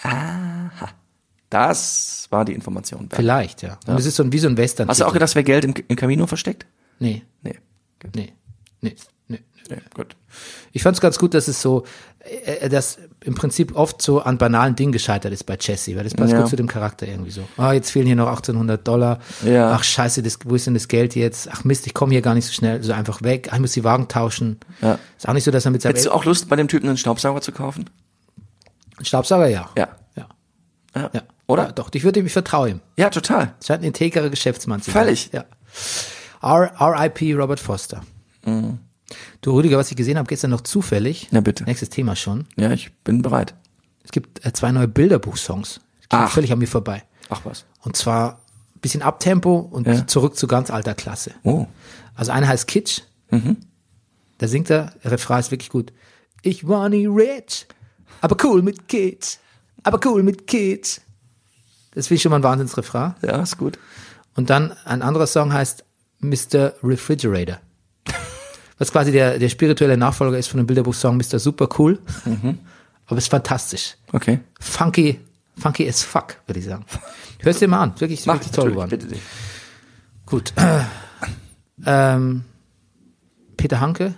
Das war die Information. Bernd. Vielleicht, ja. Und es ist so ein, wie so ein Western. Hast du auch gedacht, es wäre Geld im, im Camino versteckt? Nee, Nee. nee, nee. nee. Ja, gut. Ich fand es ganz gut, dass es so, äh, dass im Prinzip oft so an banalen Dingen gescheitert ist bei Jesse, weil das passt Ja. gut zu dem Charakter irgendwie so. Ah, jetzt fehlen hier noch achtzehnhundert Dollar. Ja. Ach scheiße, das, wo ist denn das Geld jetzt? Ach Mist, ich komme hier gar nicht so schnell, so einfach weg. Ach, ich muss die Wagen tauschen. Ja. Ist auch nicht so, dass er mit seinem Hättest du auch Lust, bei dem Typen einen Staubsauger zu kaufen? Staubsauger, ja. Ja. Ja. Ja. ja. Oder? Ja, doch, ich würde ihm, ich vertraue ihm. Ja, total. Scheint ein integrer Geschäftsmann zu Völlig. sein. Ja. R I P Robert Foster. Mhm. Du, Rüdiger, was ich gesehen habe gestern noch zufällig. Ja, bitte. Nächstes Thema schon. Ja, ich bin bereit. Es gibt äh, zwei neue Bilderbuchsongs. Die gehen Ach. völlig an mir vorbei. Ach was. Und zwar ein bisschen Abtempo und Ja. zurück zu ganz alter Klasse. Oh. Also einer heißt Kitsch. Mhm. Da singt er, der Refrain ist wirklich gut. Ich war nie rich, aber cool mit Kids. Aber cool mit Kids. Das finde ich schon mal ein Wahnsinnsrefrain. Ja, ist gut. Und Und dann ein anderer Song heißt Mister Refrigerator. Was quasi der, der spirituelle Nachfolger ist von dem Bilderbuchsong Mister Super Cool. Aber es ist fantastisch. Okay. Funky, funky as fuck, würde ich sagen. Hörst dir mal an. Wirklich, Mach, wirklich toll geworden. bitte dich. Gut. ähm, Peter Hanke.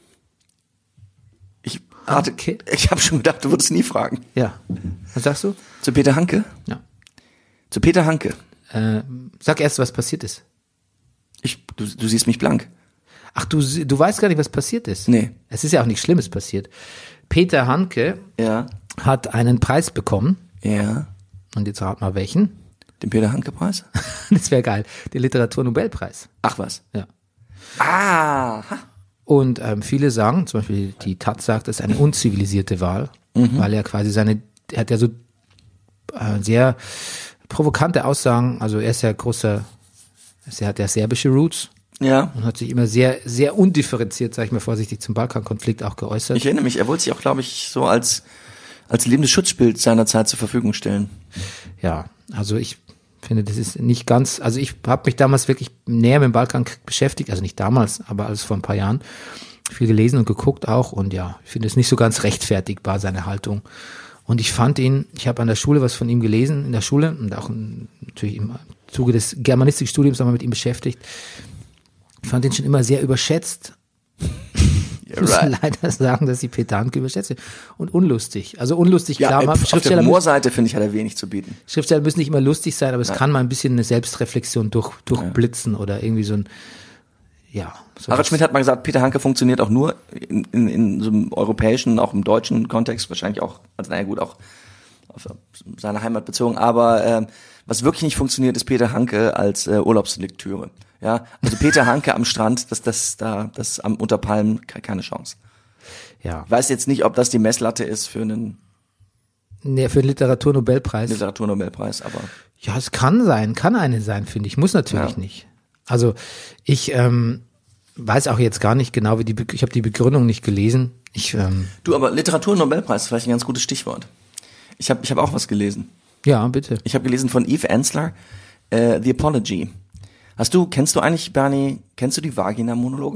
Ich, warte, Okay. ich habe schon gedacht, du würdest nie fragen. Ja. Was sagst du? Zu Peter Hanke? Ja. Zu Peter Hanke. Äh, sag erst, was passiert ist. Ich, du, du siehst mich blank. Ach, du, du weißt gar nicht, was passiert ist. Nee. Es ist ja auch nichts Schlimmes passiert. Peter Hanke Ja. hat einen Preis bekommen. Ja. Und jetzt rat mal welchen. Den Peter Hanke Preis? Das wäre geil. Den Literaturnobelpreis. Ach was. Ja. Ah. Und ähm, viele sagen, zum Beispiel die Taz sagt, das ist eine unzivilisierte Wahl, weil er quasi seine, er hat ja so äh, sehr provokante Aussagen, also er ist ja großer, er hat ja serbische Roots Ja. und hat sich immer sehr, sehr undifferenziert, sag ich mal vorsichtig, zum Balkankonflikt auch geäußert. Ich erinnere mich, er wollte sich auch, glaube ich, so als, als lebendes Schutzbild seiner Zeit zur Verfügung stellen. Ja, also ich finde, das ist nicht ganz, also ich habe mich damals wirklich näher mit dem Balkan beschäftigt, also nicht damals, aber alles vor ein paar Jahren, viel gelesen und geguckt auch und ja, ich finde es nicht so ganz rechtfertigbar, seine Haltung. Und ich fand ihn, ich habe an der Schule was von ihm gelesen, in der Schule und auch in, natürlich im Zuge des Germanistikstudiums haben wir mit ihm beschäftigt. Ich fand ihn schon immer sehr überschätzt. Ich muss right. leider sagen, dass ich Peter Hanke überschätze. Und unlustig. Also unlustig, Ja, klar, äh, man, auf der Schriftsteller, müssen, Humorseite, finde ich, hat er wenig zu bieten. Schriftsteller müssen nicht immer lustig sein, aber es kann mal ein bisschen eine Selbstreflexion durch, durchblitzen oder irgendwie so ein, ja. So Harald Schmidt hat mal gesagt, Peter Hanke funktioniert auch nur in, in, in so einem europäischen, auch im deutschen Kontext, wahrscheinlich auch, also naja gut, auch auf seine Heimat bezogen, aber ähm, was wirklich nicht funktioniert, ist Peter Hanke als äh, Urlaubslektüre. Ja, also Peter Hanke am Strand, das, das, da, das am unter Palmen ke- keine Chance. ja. Ich weiß jetzt nicht, ob das die Messlatte ist für einen Nee, für den Literaturnobelpreis. Literaturnobelpreis, aber Ja, es kann sein, kann eine sein, finde ich. Muss natürlich Ja. nicht. Also ich ähm, weiß auch jetzt gar nicht genau, wie die, Be- ich habe die Begründung nicht gelesen. Ich, ähm, du, aber Literaturnobelpreis ist vielleicht ein ganz gutes Stichwort. Ich habe ich hab auch was gelesen. ja, bitte. Ich habe gelesen von Eve Ensler, äh, The Apology. Hast du, kennst du eigentlich, Bernie, kennst du die Vagina-Monologe?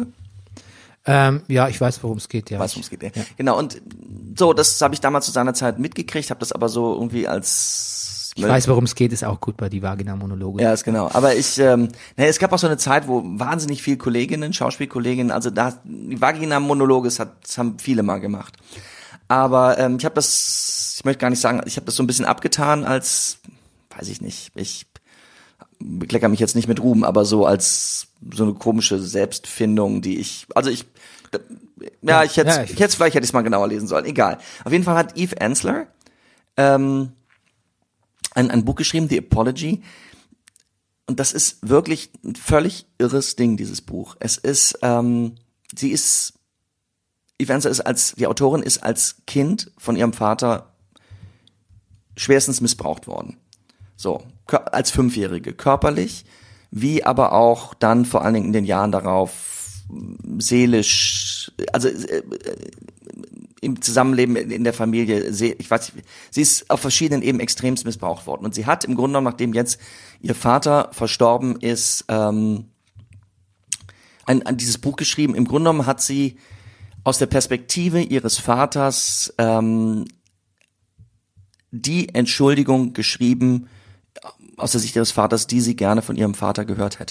Ähm, ja, ich weiß, worum es geht, ja. Weißt du, worum es geht? Ja. Genau, und so, das habe ich damals zu seiner Zeit mitgekriegt, habe das aber so irgendwie als... Ich weiß, worum es geht, ist auch gut bei die Vagina-Monologe. Ja, ist genau. Aber ich, ähm, naja, es gab auch so eine Zeit, wo wahnsinnig viele Kolleginnen, Schauspielkolleginnen, also da die Vagina-Monologe, das, hat, das haben viele mal gemacht. Aber ähm, ich habe das, ich möchte gar nicht sagen, ich habe das so ein bisschen abgetan als, weiß ich nicht, ich bekleckere mich jetzt nicht mit Ruhm, aber so als so eine komische Selbstfindung, die ich, also ich, ja, ich hätte, Ja, ich- ich hätte vielleicht hätte ich es mal genauer lesen sollen. Egal. Auf jeden Fall hat Eve Ensler ähm, ein, ein Buch geschrieben, The Apology. Und das ist wirklich ein völlig irres Ding, dieses Buch. Es ist, ähm, sie ist, Eve Ensler ist als, die Autorin ist als Kind von ihrem Vater schwerstens missbraucht worden. So, kör- als Fünfjährige, körperlich, wie aber auch dann vor allen Dingen in den Jahren darauf seelisch, also äh, im Zusammenleben in der Familie, se- ich weiß nicht, sie ist auf verschiedenen Ebenen extremst missbraucht worden. Und sie hat im Grunde genommen, nachdem jetzt ihr Vater verstorben ist, ähm, ein, ein dieses Buch geschrieben. Im Grunde genommen hat sie aus der Perspektive ihres Vaters ähm, die Entschuldigung geschrieben, aus der Sicht ihres Vaters, die sie gerne von ihrem Vater gehört hätte.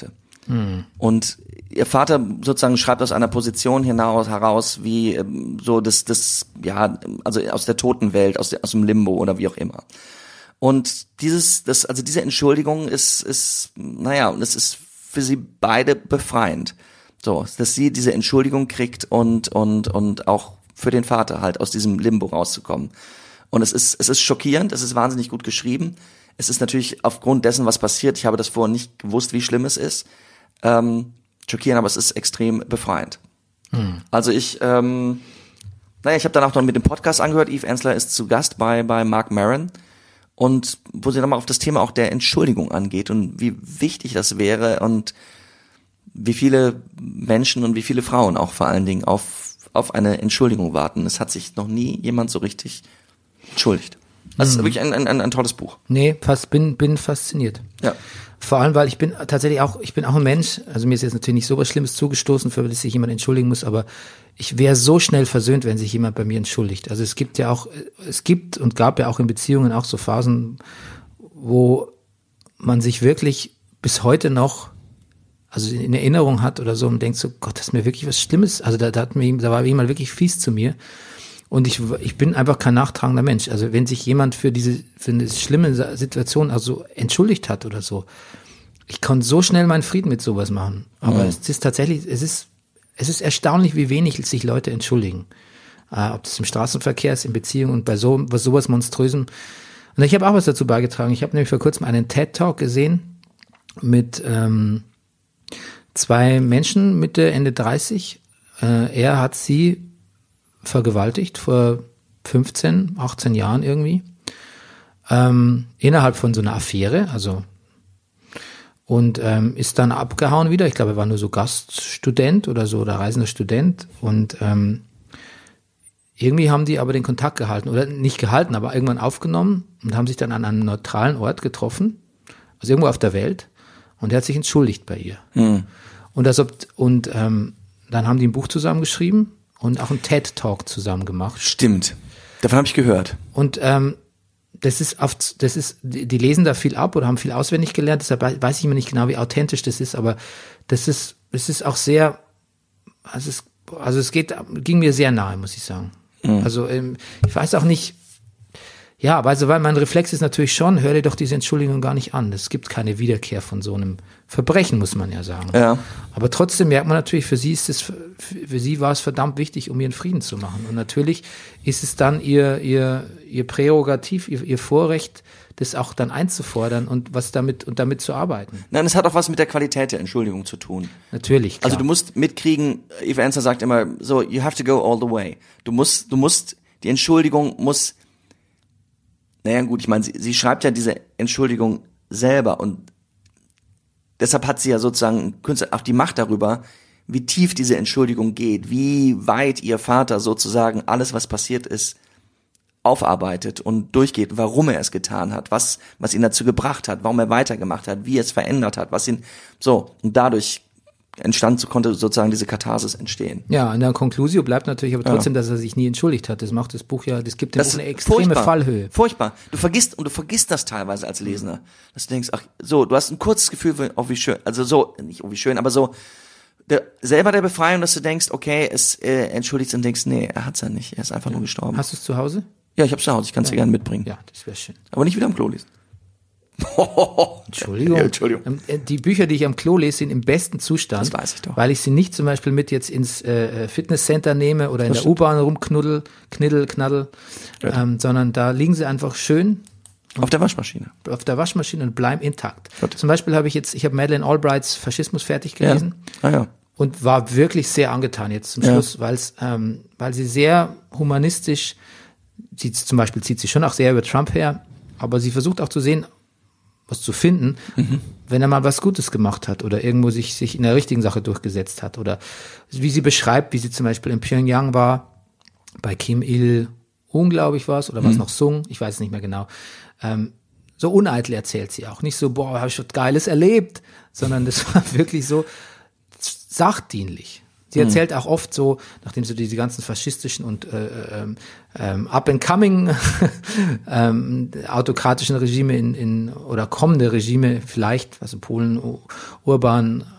Mhm. Und ihr Vater sozusagen schreibt aus einer Position hinaus heraus, wie ähm, so das, das, ja, also aus der Totenwelt, aus, der, aus dem Limbo oder wie auch immer. Und dieses, das, also diese Entschuldigung ist, ist, naja, und es ist für sie beide befreiend. So, dass sie diese Entschuldigung kriegt und, und, und auch für den Vater halt aus diesem Limbo rauszukommen. Und es ist, es ist schockierend, es ist wahnsinnig gut geschrieben. Es ist natürlich aufgrund dessen, was passiert, ich habe das vorher nicht gewusst, wie schlimm es ist, ähm, schockierend, aber es ist extrem befreiend. Hm. Also ich, ähm, naja, ich habe dann auch noch mit dem Podcast angehört, Eve Ensler ist zu Gast bei, bei Mark Maron. Und wo sie nochmal auf das Thema auch der Entschuldigung angeht und wie wichtig das wäre und wie viele Menschen und wie viele Frauen auch vor allen Dingen auf, auf eine Entschuldigung warten. Es hat sich noch nie jemand so richtig entschuldigt. Das ist wirklich ein, ein, ein, ein tolles Buch. Nee, fast, bin, bin fasziniert. Ja. Vor allem, weil ich bin tatsächlich auch, ich bin auch ein Mensch, also mir ist jetzt natürlich nicht so was Schlimmes zugestoßen, für das sich jemand entschuldigen muss, aber ich wäre so schnell versöhnt, wenn sich jemand bei mir entschuldigt. Also es gibt ja auch, es gibt und gab ja auch in Beziehungen auch so Phasen, wo man sich wirklich bis heute noch, also in Erinnerung hat oder so und denkt so, Gott, das ist mir wirklich was Schlimmes, also da, da hat mir, da war jemand wirklich fies zu mir. Und ich, ich bin einfach kein nachtragender Mensch. Also wenn sich jemand für diese, für eine schlimme Situation also entschuldigt hat oder so, ich konnte so schnell meinen Frieden mit sowas machen. Aber mhm. es ist tatsächlich, es ist, es ist erstaunlich, wie wenig sich Leute entschuldigen. Äh, ob das im Straßenverkehr ist, in Beziehungen und bei so, bei sowas Monströsem. Und ich habe auch was dazu beigetragen. Ich habe nämlich vor kurzem einen TED-Talk gesehen mit ähm, zwei Menschen Mitte, Ende dreißig. Äh, er hat sie vergewaltigt vor fünfzehn, achtzehn Jahren irgendwie, ähm, innerhalb von so einer Affäre, also und ähm, ist dann abgehauen wieder. Ich glaube, er war nur so Gaststudent oder so oder reisender Student und ähm, irgendwie haben die aber den Kontakt gehalten oder nicht gehalten, aber irgendwann aufgenommen und haben sich dann an einem neutralen Ort getroffen, also irgendwo auf der Welt, und er hat sich entschuldigt bei ihr. Mhm. Und das ob, und ähm, dann haben die ein Buch zusammengeschrieben und auch einen TED-Talk zusammen gemacht. Stimmt. Davon habe ich gehört. Und ähm, das ist oft, das ist, die, die lesen da viel ab oder haben viel auswendig gelernt, deshalb weiß ich immer nicht genau, wie authentisch das ist, aber das ist, es ist auch sehr, also es, also es geht, ging mir sehr nahe, muss ich sagen. Mhm. Also ähm, ich weiß auch nicht, ja, also weil mein Reflex ist natürlich schon, hör dir doch diese Entschuldigung gar nicht an. Es gibt keine Wiederkehr von so einem Verbrechen, muss man ja sagen. Ja. Aber trotzdem merkt man natürlich, für sie ist es, für sie war es verdammt wichtig, um ihren Frieden zu machen. Und natürlich ist es dann ihr, ihr, ihr Prärogativ, ihr, ihr Vorrecht, das auch dann einzufordern und was damit, und damit zu arbeiten. Nein, es hat auch was mit der Qualität der Entschuldigung zu tun. Natürlich, klar. Also du musst mitkriegen, Eve Ensler sagt immer, so, you have to go all the way. Du musst, du musst, die Entschuldigung muss, naja gut, ich meine, sie, sie schreibt ja diese Entschuldigung selber und deshalb hat sie ja sozusagen auch die Macht darüber, wie tief diese Entschuldigung geht, wie weit ihr Vater sozusagen alles, was passiert ist, aufarbeitet und durchgeht, warum er es getan hat, was was ihn dazu gebracht hat, warum er weitergemacht hat, wie er es verändert hat, was ihn so, und dadurch entstand, so konnte sozusagen diese Katharsis entstehen. Ja, in der Conclusio bleibt natürlich aber trotzdem, ja. dass er sich nie entschuldigt hat. Das macht das Buch ja, das gibt dem das Buch eine extreme furchtbar, Fallhöhe. Furchtbar. Du vergisst, und du vergisst das teilweise als Leser, dass du denkst, ach, so, du hast ein kurzes Gefühl für, oh, wie schön, also so, nicht, oh, wie schön, aber so, der, selber der Befreiung, dass du denkst, okay, es äh, entschuldigt und denkst, nee, er hat's ja nicht, er ist einfach ja. nur gestorben. Hast du es zu Hause? Ja, ich hab's zu Hause, ich kann es ja. dir gerne mitbringen. Ja, das wäre schön. Aber nicht wieder am Klo lesen. Entschuldigung. Ja, Entschuldigung. Die Bücher, die ich am Klo lese, sind im besten Zustand. Das weiß ich doch. Weil ich sie nicht zum Beispiel mit jetzt ins äh, Fitnesscenter nehme oder in das der U-Bahn rumknuddel, kniddel, knaddel, ähm, sondern da liegen sie einfach schön auf der Waschmaschine. Auf der Waschmaschine und bleiben intakt. Gut. Zum Beispiel habe ich jetzt, ich habe Madeleine Albrights Faschismus fertig gelesen. Ja. Ah, ja. Und war wirklich sehr angetan jetzt zum Schluss, ja. weil's, ähm, weil sie sehr humanistisch, sie zum Beispiel zieht sie schon auch sehr über Trump her, aber sie versucht auch zu sehen, was zu finden, mhm. wenn er mal was Gutes gemacht hat oder irgendwo sich, sich in der richtigen Sache durchgesetzt hat. Oder wie sie beschreibt, wie sie zum Beispiel in Pyongyang war, bei Kim Il-sung, glaube ich, war es, oder war es mhm. noch Sung, ich weiß es nicht mehr genau. Ähm, so uneitel erzählt sie auch. Nicht so, boah, habe ich was Geiles erlebt, sondern das war wirklich so sachdienlich. Sie erzählt auch oft so, nachdem sie diese ganzen faschistischen und äh, ähm, up-and-coming ähm, autokratischen Regime in, in oder kommende Regime vielleicht, also Polen, Urban,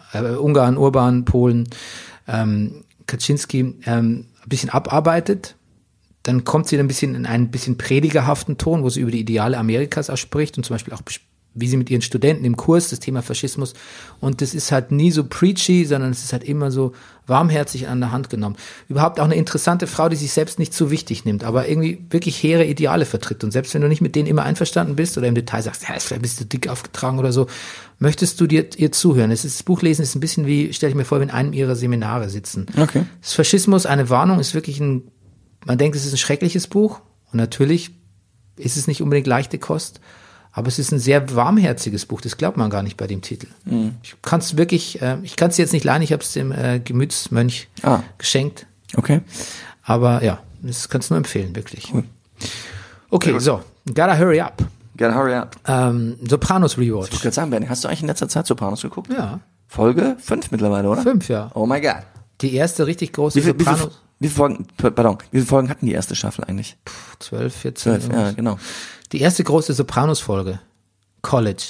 äh, Ungarn, Urban, Polen, ähm, Kaczynski ähm, ein bisschen abarbeitet. Dann kommt sie dann ein bisschen in einen bisschen predigerhaften Ton, wo sie über die Ideale Amerikas auch spricht und zum Beispiel auch, wie sie mit ihren Studenten im Kurs das Thema Faschismus, und das ist halt nie so preachy, sondern es ist halt immer so warmherzig an der Hand genommen. Überhaupt auch eine interessante Frau, die sich selbst nicht zu wichtig nimmt, aber irgendwie wirklich hehre Ideale vertritt, und selbst wenn du nicht mit denen immer einverstanden bist oder im Detail sagst, ja, ist vielleicht ein bisschen dick aufgetragen oder so, möchtest du dir ihr zuhören. Es ist, das Buchlesen ist ein bisschen wie, stell ich mir vor, wie in einem ihrer Seminare sitzen. Okay. Das Faschismus, eine Warnung, ist wirklich ein, man denkt, es ist ein schreckliches Buch, und natürlich ist es nicht unbedingt leichte Kost, aber es ist ein sehr warmherziges Buch, das glaubt man gar nicht bei dem Titel. Mhm. Ich kann es wirklich, äh, ich kann es jetzt nicht leihen, ich habe es dem äh, Gemütsmönch ah. geschenkt. Okay. Aber ja, das kannst du nur empfehlen, wirklich. Cool. Okay, so, gotta hurry up. Gotta hurry up. Ähm, Sopranos Rewatch. Ich wollte gerade sagen, Bernie, hast du eigentlich in letzter Zeit Sopranos geguckt? Ja. Folge fünf mittlerweile, oder? Fünf, ja. Oh my God. Die erste richtig große wie viel, Sopranos. Wie viel, wie viele Folgen, pardon, wie viele Folgen hatten die erste Staffel eigentlich? Zwölf, vierzehn. Zwölf, ja, genau. Die erste große Sopranos-Folge. College.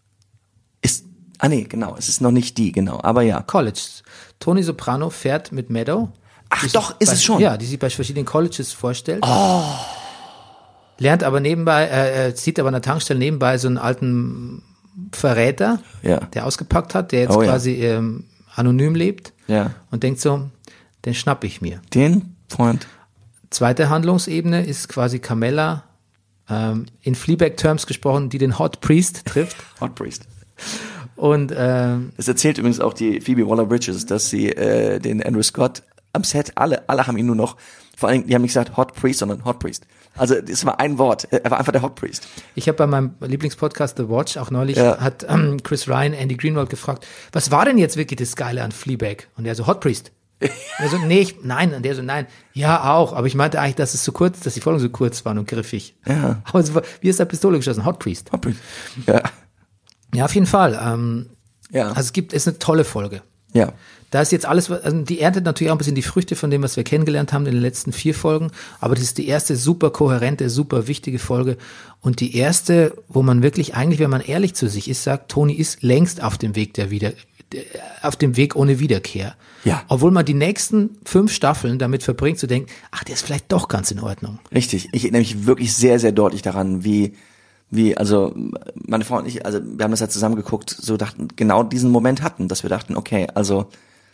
Ist, ah nee, genau, es ist noch nicht die, genau, aber ja. College. Tony Soprano fährt mit Meadow. Ach doch, ist bei, es schon? Ja, die sich bei verschiedenen Colleges vorstellt. Oh. Lernt aber nebenbei, äh, sieht aber an der Tankstelle nebenbei so einen alten Verräter, ja. der ausgepackt hat, der jetzt oh, quasi ja. ähm, anonym lebt, ja. und denkt so, den schnapp ich mir. Den Freund. Zweite Handlungsebene ist quasi Carmella, ähm, in Fleabag-Terms gesprochen, die den Hot Priest trifft. Hot Priest. Und ähm, es erzählt übrigens auch die Phoebe Waller-Bridges, dass sie äh, den Andrew Scott am Set, alle, alle haben ihn nur noch, vor allem, die haben nicht gesagt Hot Priest, sondern Hot Priest. Also es war ein Wort, er war einfach der Hot Priest. Ich habe bei meinem Lieblingspodcast The Watch auch neulich, ja. hat ähm, Chris Ryan Andy Greenwald gefragt, was war denn jetzt wirklich das Geile an Fleabag? Und er so, Hot Priest. Und er so, nee, ich, nein. Und der so, nein. Ja, auch. Aber ich meinte eigentlich, dass es so kurz, dass die Folgen so kurz waren und griffig. Ja. Aber es war, wie ist der Pistole geschossen? Hot Priest. Hot Priest. Ja. Ja, auf jeden Fall. Ähm, ja. Also es gibt, es ist eine tolle Folge. Ja. Da ist jetzt alles, also die erntet natürlich auch ein bisschen die Früchte von dem, was wir kennengelernt haben in den letzten vier Folgen. Aber das ist die erste super kohärente, super wichtige Folge. Und die erste, wo man wirklich eigentlich, wenn man ehrlich zu sich ist, sagt, Tony ist längst auf dem Weg der Wieder, auf dem Weg ohne Wiederkehr. Ja. Obwohl man die nächsten fünf Staffeln damit verbringt, zu denken, ach, der ist vielleicht doch ganz in Ordnung. Richtig. Ich erinnere mich wirklich sehr, sehr deutlich daran, wie, wie, also, meine Frau und ich, also, wir haben das ja zusammen geguckt, so dachten, genau diesen Moment hatten, dass wir dachten, okay, also,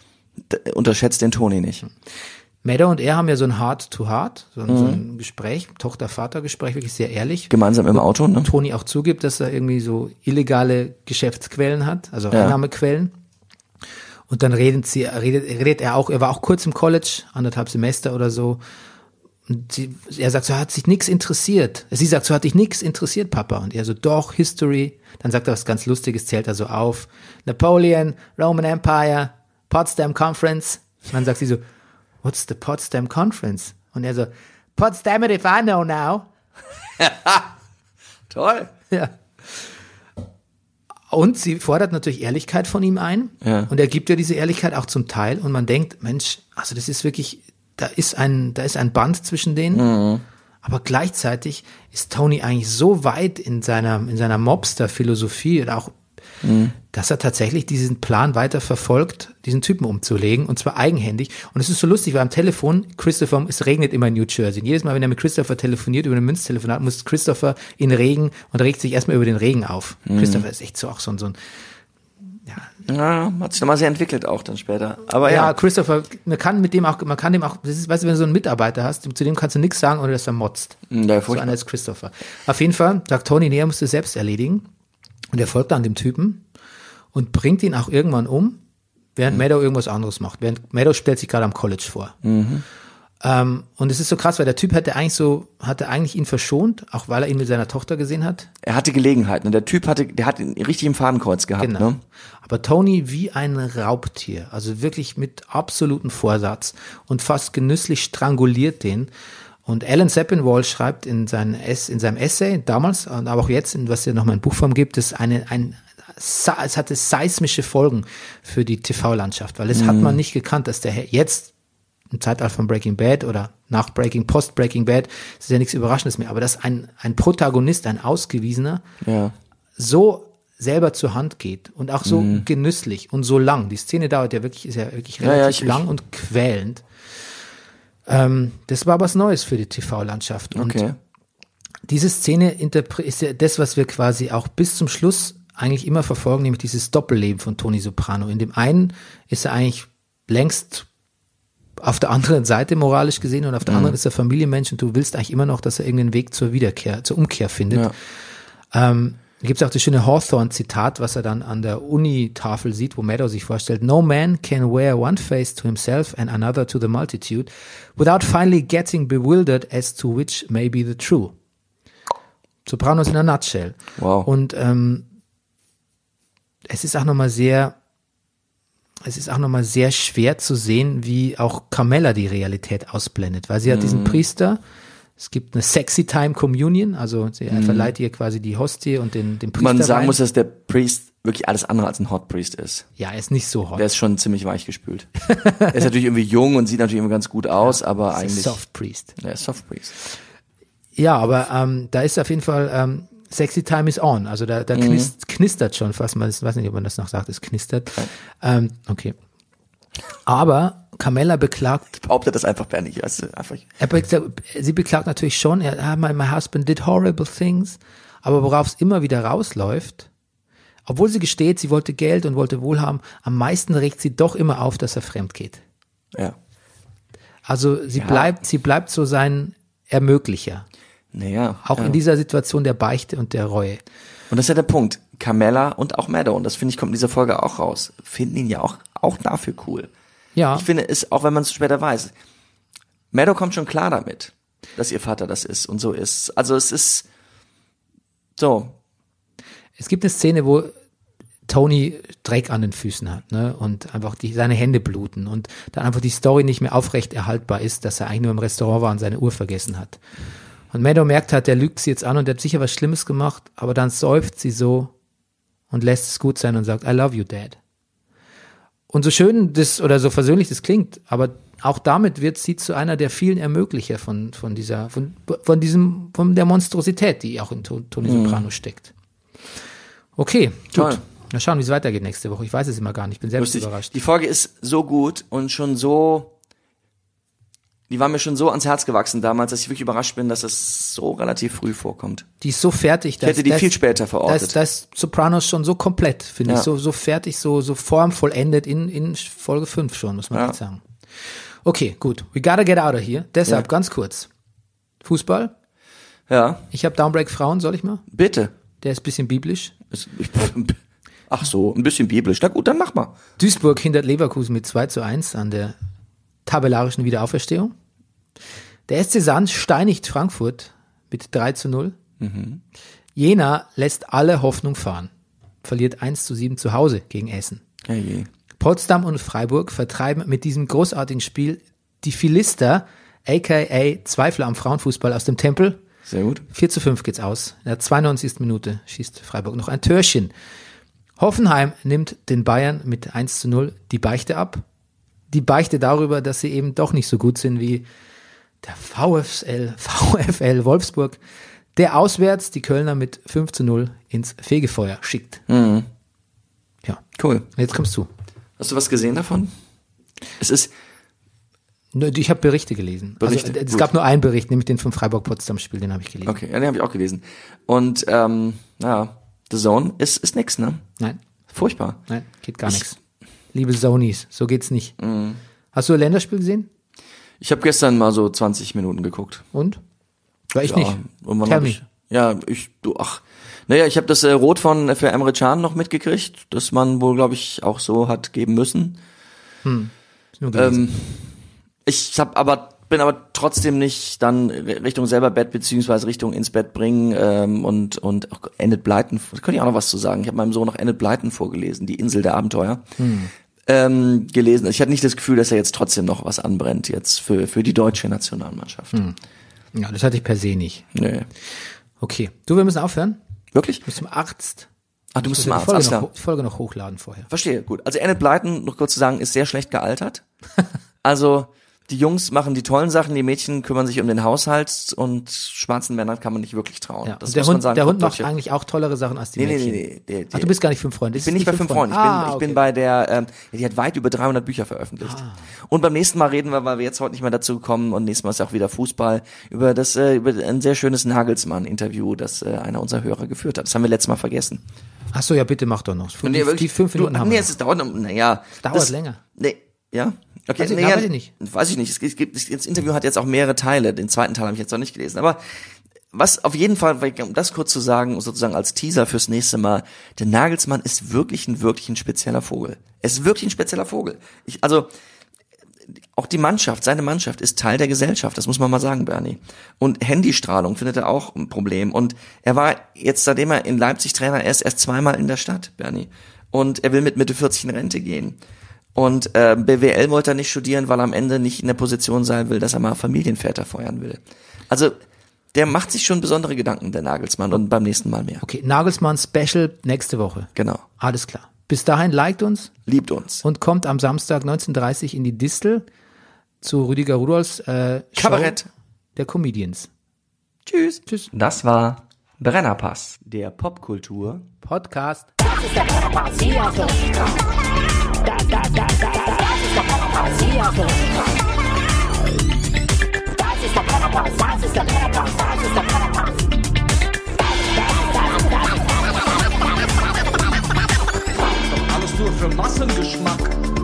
d- unterschätzt den Tony nicht. Meadow und er haben ja so ein Heart-to-Heart, so, mhm. so ein Gespräch, Tochter-Vater-Gespräch, wirklich sehr ehrlich. Gemeinsam im Auto, ne? Tony auch zugibt, dass er irgendwie so illegale Geschäftsquellen hat, also ja. Einnahmequellen. Und dann redet sie, redet, redet er auch, er war auch kurz im College, anderthalb Semester oder so. Und sie, er sagt, so hat sich nichts interessiert. Sie sagt, so hat dich nichts interessiert, Papa. Und er so, doch, History. Dann sagt er was ganz Lustiges, zählt er so auf. Napoleon, Roman Empire, Potsdam Conference. Und dann sagt sie so, what's the Potsdam Conference? Und er so, Potsdam it if I know now. Toll. Ja. Und sie fordert natürlich Ehrlichkeit von ihm ein. Ja. Und er gibt ja diese Ehrlichkeit auch zum Teil. Und man denkt, Mensch, also das ist wirklich, da ist ein, da ist ein Band zwischen denen. Mhm. Aber gleichzeitig ist Tony eigentlich so weit in seiner, in seiner Mobster-Philosophie und auch, mhm. dass er tatsächlich diesen Plan weiter verfolgt, diesen Typen umzulegen, und zwar eigenhändig. Und es ist so lustig, weil am Telefon, Christopher, es regnet immer in New Jersey. Und jedes Mal, wenn er mit Christopher telefoniert, über ein Münztelefonat, muss Christopher in Regen und regt sich erstmal über den Regen auf. Mhm. Christopher ist echt so auch so ein, so ein ja. Ja, hat sich nochmal sehr entwickelt auch dann später. Aber ja. Ja, Christopher, man kann mit dem auch, man kann dem auch, das ist, weißt du, wenn du so einen Mitarbeiter hast, zu dem kannst du nichts sagen, ohne dass er motzt. Ja, so einer ist Christopher. Auf jeden Fall sagt Tony, nee, er muss das selbst erledigen. Und er folgt dann dem Typen und bringt ihn auch irgendwann um, während mhm. Meadow irgendwas anderes macht. Während Meadow stellt sich gerade am College vor. Mhm. Ähm, und es ist so krass, weil der Typ hatte eigentlich so, hatte eigentlich ihn verschont, auch weil er ihn mit seiner Tochter gesehen hat. Er hatte Gelegenheit, ne? Der Typ hatte, der hat ihn richtig im Fadenkreuz gehabt, genau. ne? Aber Tony wie ein Raubtier, also wirklich mit absolutem Vorsatz und fast genüsslich stranguliert den. Und Alan Sepinwall schreibt in, seinen, in seinem Essay damals, aber auch jetzt, was ja nochmal in Buchform gibt, dass eine, ein, es hatte seismische Folgen für die T V-Landschaft, weil das mhm. hat man nicht gekannt, dass der jetzt im Zeitalter von Breaking Bad oder nach Breaking, Post-Breaking Bad, das ist ja nichts Überraschendes mehr, aber dass ein, ein Protagonist, ein Ausgewiesener, ja. so selber zur Hand geht und auch so Mhm. genüsslich und so lang. Die Szene dauert ja wirklich, ist ja wirklich Ja, ja, relativ ich- lang und quälend. Ähm, das war was Neues für die T V-Landschaft. Und Okay. diese Szene interpre- ist ja das, was wir quasi auch bis zum Schluss eigentlich immer verfolgen, nämlich dieses Doppelleben von Tony Soprano. In dem einen ist er eigentlich längst auf der anderen Seite moralisch gesehen und auf der anderen ist er Familienmensch und du willst eigentlich immer noch, dass er irgendeinen Weg zur Wiederkehr, zur Umkehr findet. Ja. Ähm, da gibt es auch das schöne Hawthorne-Zitat, was er dann an der Uni-Tafel sieht, wo Meadow sich vorstellt, "No man can wear one face to himself and another to the multitude without finally getting bewildered as to which may be the true." Sopranos in a nutshell. Wow. Und ähm, es ist auch nochmal sehr, es ist auch nochmal sehr schwer zu sehen, wie auch Carmella die Realität ausblendet, weil sie hat diesen Priester, es gibt eine Sexy Time Communion, also sie er verleiht ihr quasi die Hostie und den, den Priester. Man sagen rein. muss, dass der Priest wirklich alles andere als ein Hot Priest ist. Ja, er ist nicht so hot. Der ist schon ziemlich weichgespült. Er ist natürlich irgendwie jung und sieht natürlich immer ganz gut aus, aber Er ist eigentlich. Soft Priest. Der ist Soft Priest. Ja, aber ähm, da ist auf jeden Fall ähm, Sexy Time is on. Also da, da knist, knistert schon fast mal. Ich weiß nicht, ob man das noch sagt, es knistert. Ähm, okay. Aber Carmella beklagt, Behauptet das einfach Bernie. Also einfach, er beklagt, sie beklagt natürlich schon, er, ah, my, my husband did horrible things, aber worauf es immer wieder rausläuft, obwohl sie gesteht, sie wollte Geld und wollte Wohlhaben, am meisten regt sie doch immer auf, dass er fremd geht. ja. Also sie Ja. bleibt, sie bleibt so sein Ermöglicher. Naja. Auch ja. in dieser Situation der Beichte und der Reue. Und das ist ja der Punkt. Carmella und auch Meadow, und das finde ich, kommt in dieser Folge auch raus, finden ihn ja auch, auch dafür cool. Ja, Ich finde es, auch wenn man es später weiß, Meadow kommt schon klar damit, dass ihr Vater das ist und so ist. Also es ist so. es gibt eine Szene, wo Tony Dreck an den Füßen hat, ne, und einfach die, seine Hände bluten und dann einfach die Story nicht mehr aufrecht erhaltbar ist, dass er eigentlich nur im Restaurant war und seine Uhr vergessen hat. Und Meadow merkt halt, der lügt sie jetzt an und der hat sicher was Schlimmes gemacht, aber dann seufzt sie so und lässt es gut sein und sagt, I love you, Dad. Und so schön das oder so versöhnlich das klingt, aber auch damit wird sie zu einer der vielen Ermöglicher von, von dieser, von, von diesem, von der Monstrosität, die auch in Tony Soprano steckt. Okay, Toll. gut. Mal schauen, wie es weitergeht nächste Woche. Ich weiß es immer gar nicht. Ich bin selbst Lustig. überrascht. Die Folge ist so gut und schon so, die war mir schon so ans Herz gewachsen damals, dass ich wirklich überrascht bin, dass es so relativ früh vorkommt. Die ist so fertig, dass hätte die dass- viel später verortet. dass, dass Sopranos schon so komplett, finde Ja. ich, so, so fertig, so, so formvollendet in, in Folge fünf schon, muss man Ja. echt sagen. Okay, gut. We gotta get out of here. Deshalb Ja. ganz kurz. Fußball. Ja, Ich habe Downbreak Frauen, soll ich mal? bitte. Der ist ein bisschen biblisch. Es- ich- Ach so, ein bisschen biblisch. Na gut, dann mach mal. Duisburg hindert Leverkusen mit zwei zu eins an der tabellarischen Wiederauferstehung. Der S C Sand steinigt Frankfurt mit drei zu null. Jena lässt alle Hoffnung fahren. Verliert eins zu sieben zu Hause gegen Essen. Ja, je. Potsdam und Freiburg vertreiben mit diesem großartigen Spiel die Philister, aka Zweifler am Frauenfußball, aus dem Tempel. Sehr gut. vier zu fünf geht's aus. In der zweiundneunzigsten Minute schießt Freiburg noch ein Törchen. Hoffenheim nimmt den Bayern mit eins zu null die Beichte ab. Die Beichte darüber, dass sie eben doch nicht so gut sind wie der VfL, VfL Wolfsburg, der auswärts die Kölner mit fünf zu null ins Fegefeuer schickt. Mhm. Ja, Cool. jetzt kommst du. Hast du was gesehen davon? Es ist, Nö, Ich habe Berichte gelesen. Berichte, also, es gut. gab nur einen Bericht, nämlich den vom Freiburg-Potsdam-Spiel, den habe ich gelesen. okay, ja, den habe ich auch gelesen. Und, ähm, ja, The Zone ist, ist nix, ne? Nein, Furchtbar. nein, geht gar Ich- nichts. Liebe Sonys, so geht's nicht. Hast du ein Länderspiel gesehen? Ich habe gestern mal so zwanzig Minuten geguckt. Und? War ich Ja, nicht. irgendwann Tell hab me. ich, ja, ich, du, ach. Naja, ich habe das äh, Rot von für Emre Can noch mitgekriegt, das man wohl, glaube ich, auch so hat geben müssen. Ist nur gelesen. Ähm, ich hab aber, bin aber trotzdem nicht dann Richtung selber Bett beziehungsweise Richtung ins Bett bringen ähm, und und auch Enid Blyton, da könnte ich auch noch was zu sagen. Ich habe meinem Sohn noch Enid Blyton vorgelesen, die Insel der Abenteuer. Ähm, gelesen. Ich hatte nicht das Gefühl, dass er jetzt trotzdem noch was anbrennt jetzt für für die deutsche Nationalmannschaft. Ja, das hatte ich per se nicht. Nee. Okay. Du, wir müssen aufhören. Wirklich? Du musst zum Arzt. Ach, du musst Die zum Arzt. Folge, Alles noch, klar. ho- die Folge noch hochladen vorher. Verstehe, gut. Also Enid Blyton, noch kurz zu sagen, ist sehr schlecht gealtert. Also Die Jungs machen die tollen Sachen, die Mädchen kümmern sich um den Haushalt und schwarzen Männern kann man nicht wirklich trauen. Ja. Das Und der muss man Hund, sagen. der Hund Guckt macht euch- eigentlich auch tollere Sachen als die Nee, nee, Mädchen. nee, nee. Der, Ach, der, du bist gar nicht fünf Freunde. Ich bin nicht bei fünf Freunden. Ich bin, Ah, ich okay. bin bei der, ähm, die hat weit über dreihundert Bücher veröffentlicht. Ah. Und beim nächsten Mal reden wir, weil wir jetzt heute nicht mehr dazu kommen und nächstes Mal ist ja auch wieder Fußball, über das, äh, über ein sehr schönes Nagelsmann-Interview, das äh, einer unserer Hörer geführt hat. Das haben wir letztes Mal vergessen. Ach so, ja, bitte mach doch noch. Die, Nee, wirklich, die fünf Minuten du, haben nee, wir. es ist, dauert, noch- naja. Dauert das, länger. Nee, ja. Okay, Weiß ich- nee, ja, ja, weiß ich nicht. Weiß ich nicht. Es gibt, das Interview hat jetzt auch mehrere Teile. Den zweiten Teil habe ich jetzt noch nicht gelesen. Aber was auf jeden Fall, um das kurz zu sagen, sozusagen als Teaser fürs nächste Mal, der Nagelsmann ist wirklich ein, wirklich ein spezieller Vogel. Er ist wirklich ein spezieller Vogel. Ich, also, auch die Mannschaft, seine Mannschaft ist Teil der Gesellschaft, das muss man mal sagen, Bernie. Und Handystrahlung findet er auch ein Problem. Und er war jetzt, seitdem er in Leipzig Trainer ist, erst zweimal in der Stadt, Bernie. Und er will mit Mitte vierzig in Rente gehen. Und äh, B W L wollte er nicht studieren, weil er am Ende nicht in der Position sein will, dass er mal Familienväter feuern will. Also, der macht sich schon besondere Gedanken, der Nagelsmann, und beim nächsten Mal mehr. Okay, Nagelsmann Special nächste Woche. Genau. Alles klar. Bis dahin liked uns Liebt uns. und kommt am Samstag neunzehn Uhr dreißig in die Distel zu Rüdiger Rudolphs äh, Show Kabarett. der Comedians. Tschüss. Tschüss. Das war Brennerpass. Der Popkultur. Podcast. Das ist der Brennerpass, hier auf das. Da, da, da, da, da, das ist der Brennerpass, hier auf das. Das ist der Brennerpass, das ist der Brennerpass, das ist der Brennerpass. Alles nur für Massengeschmack.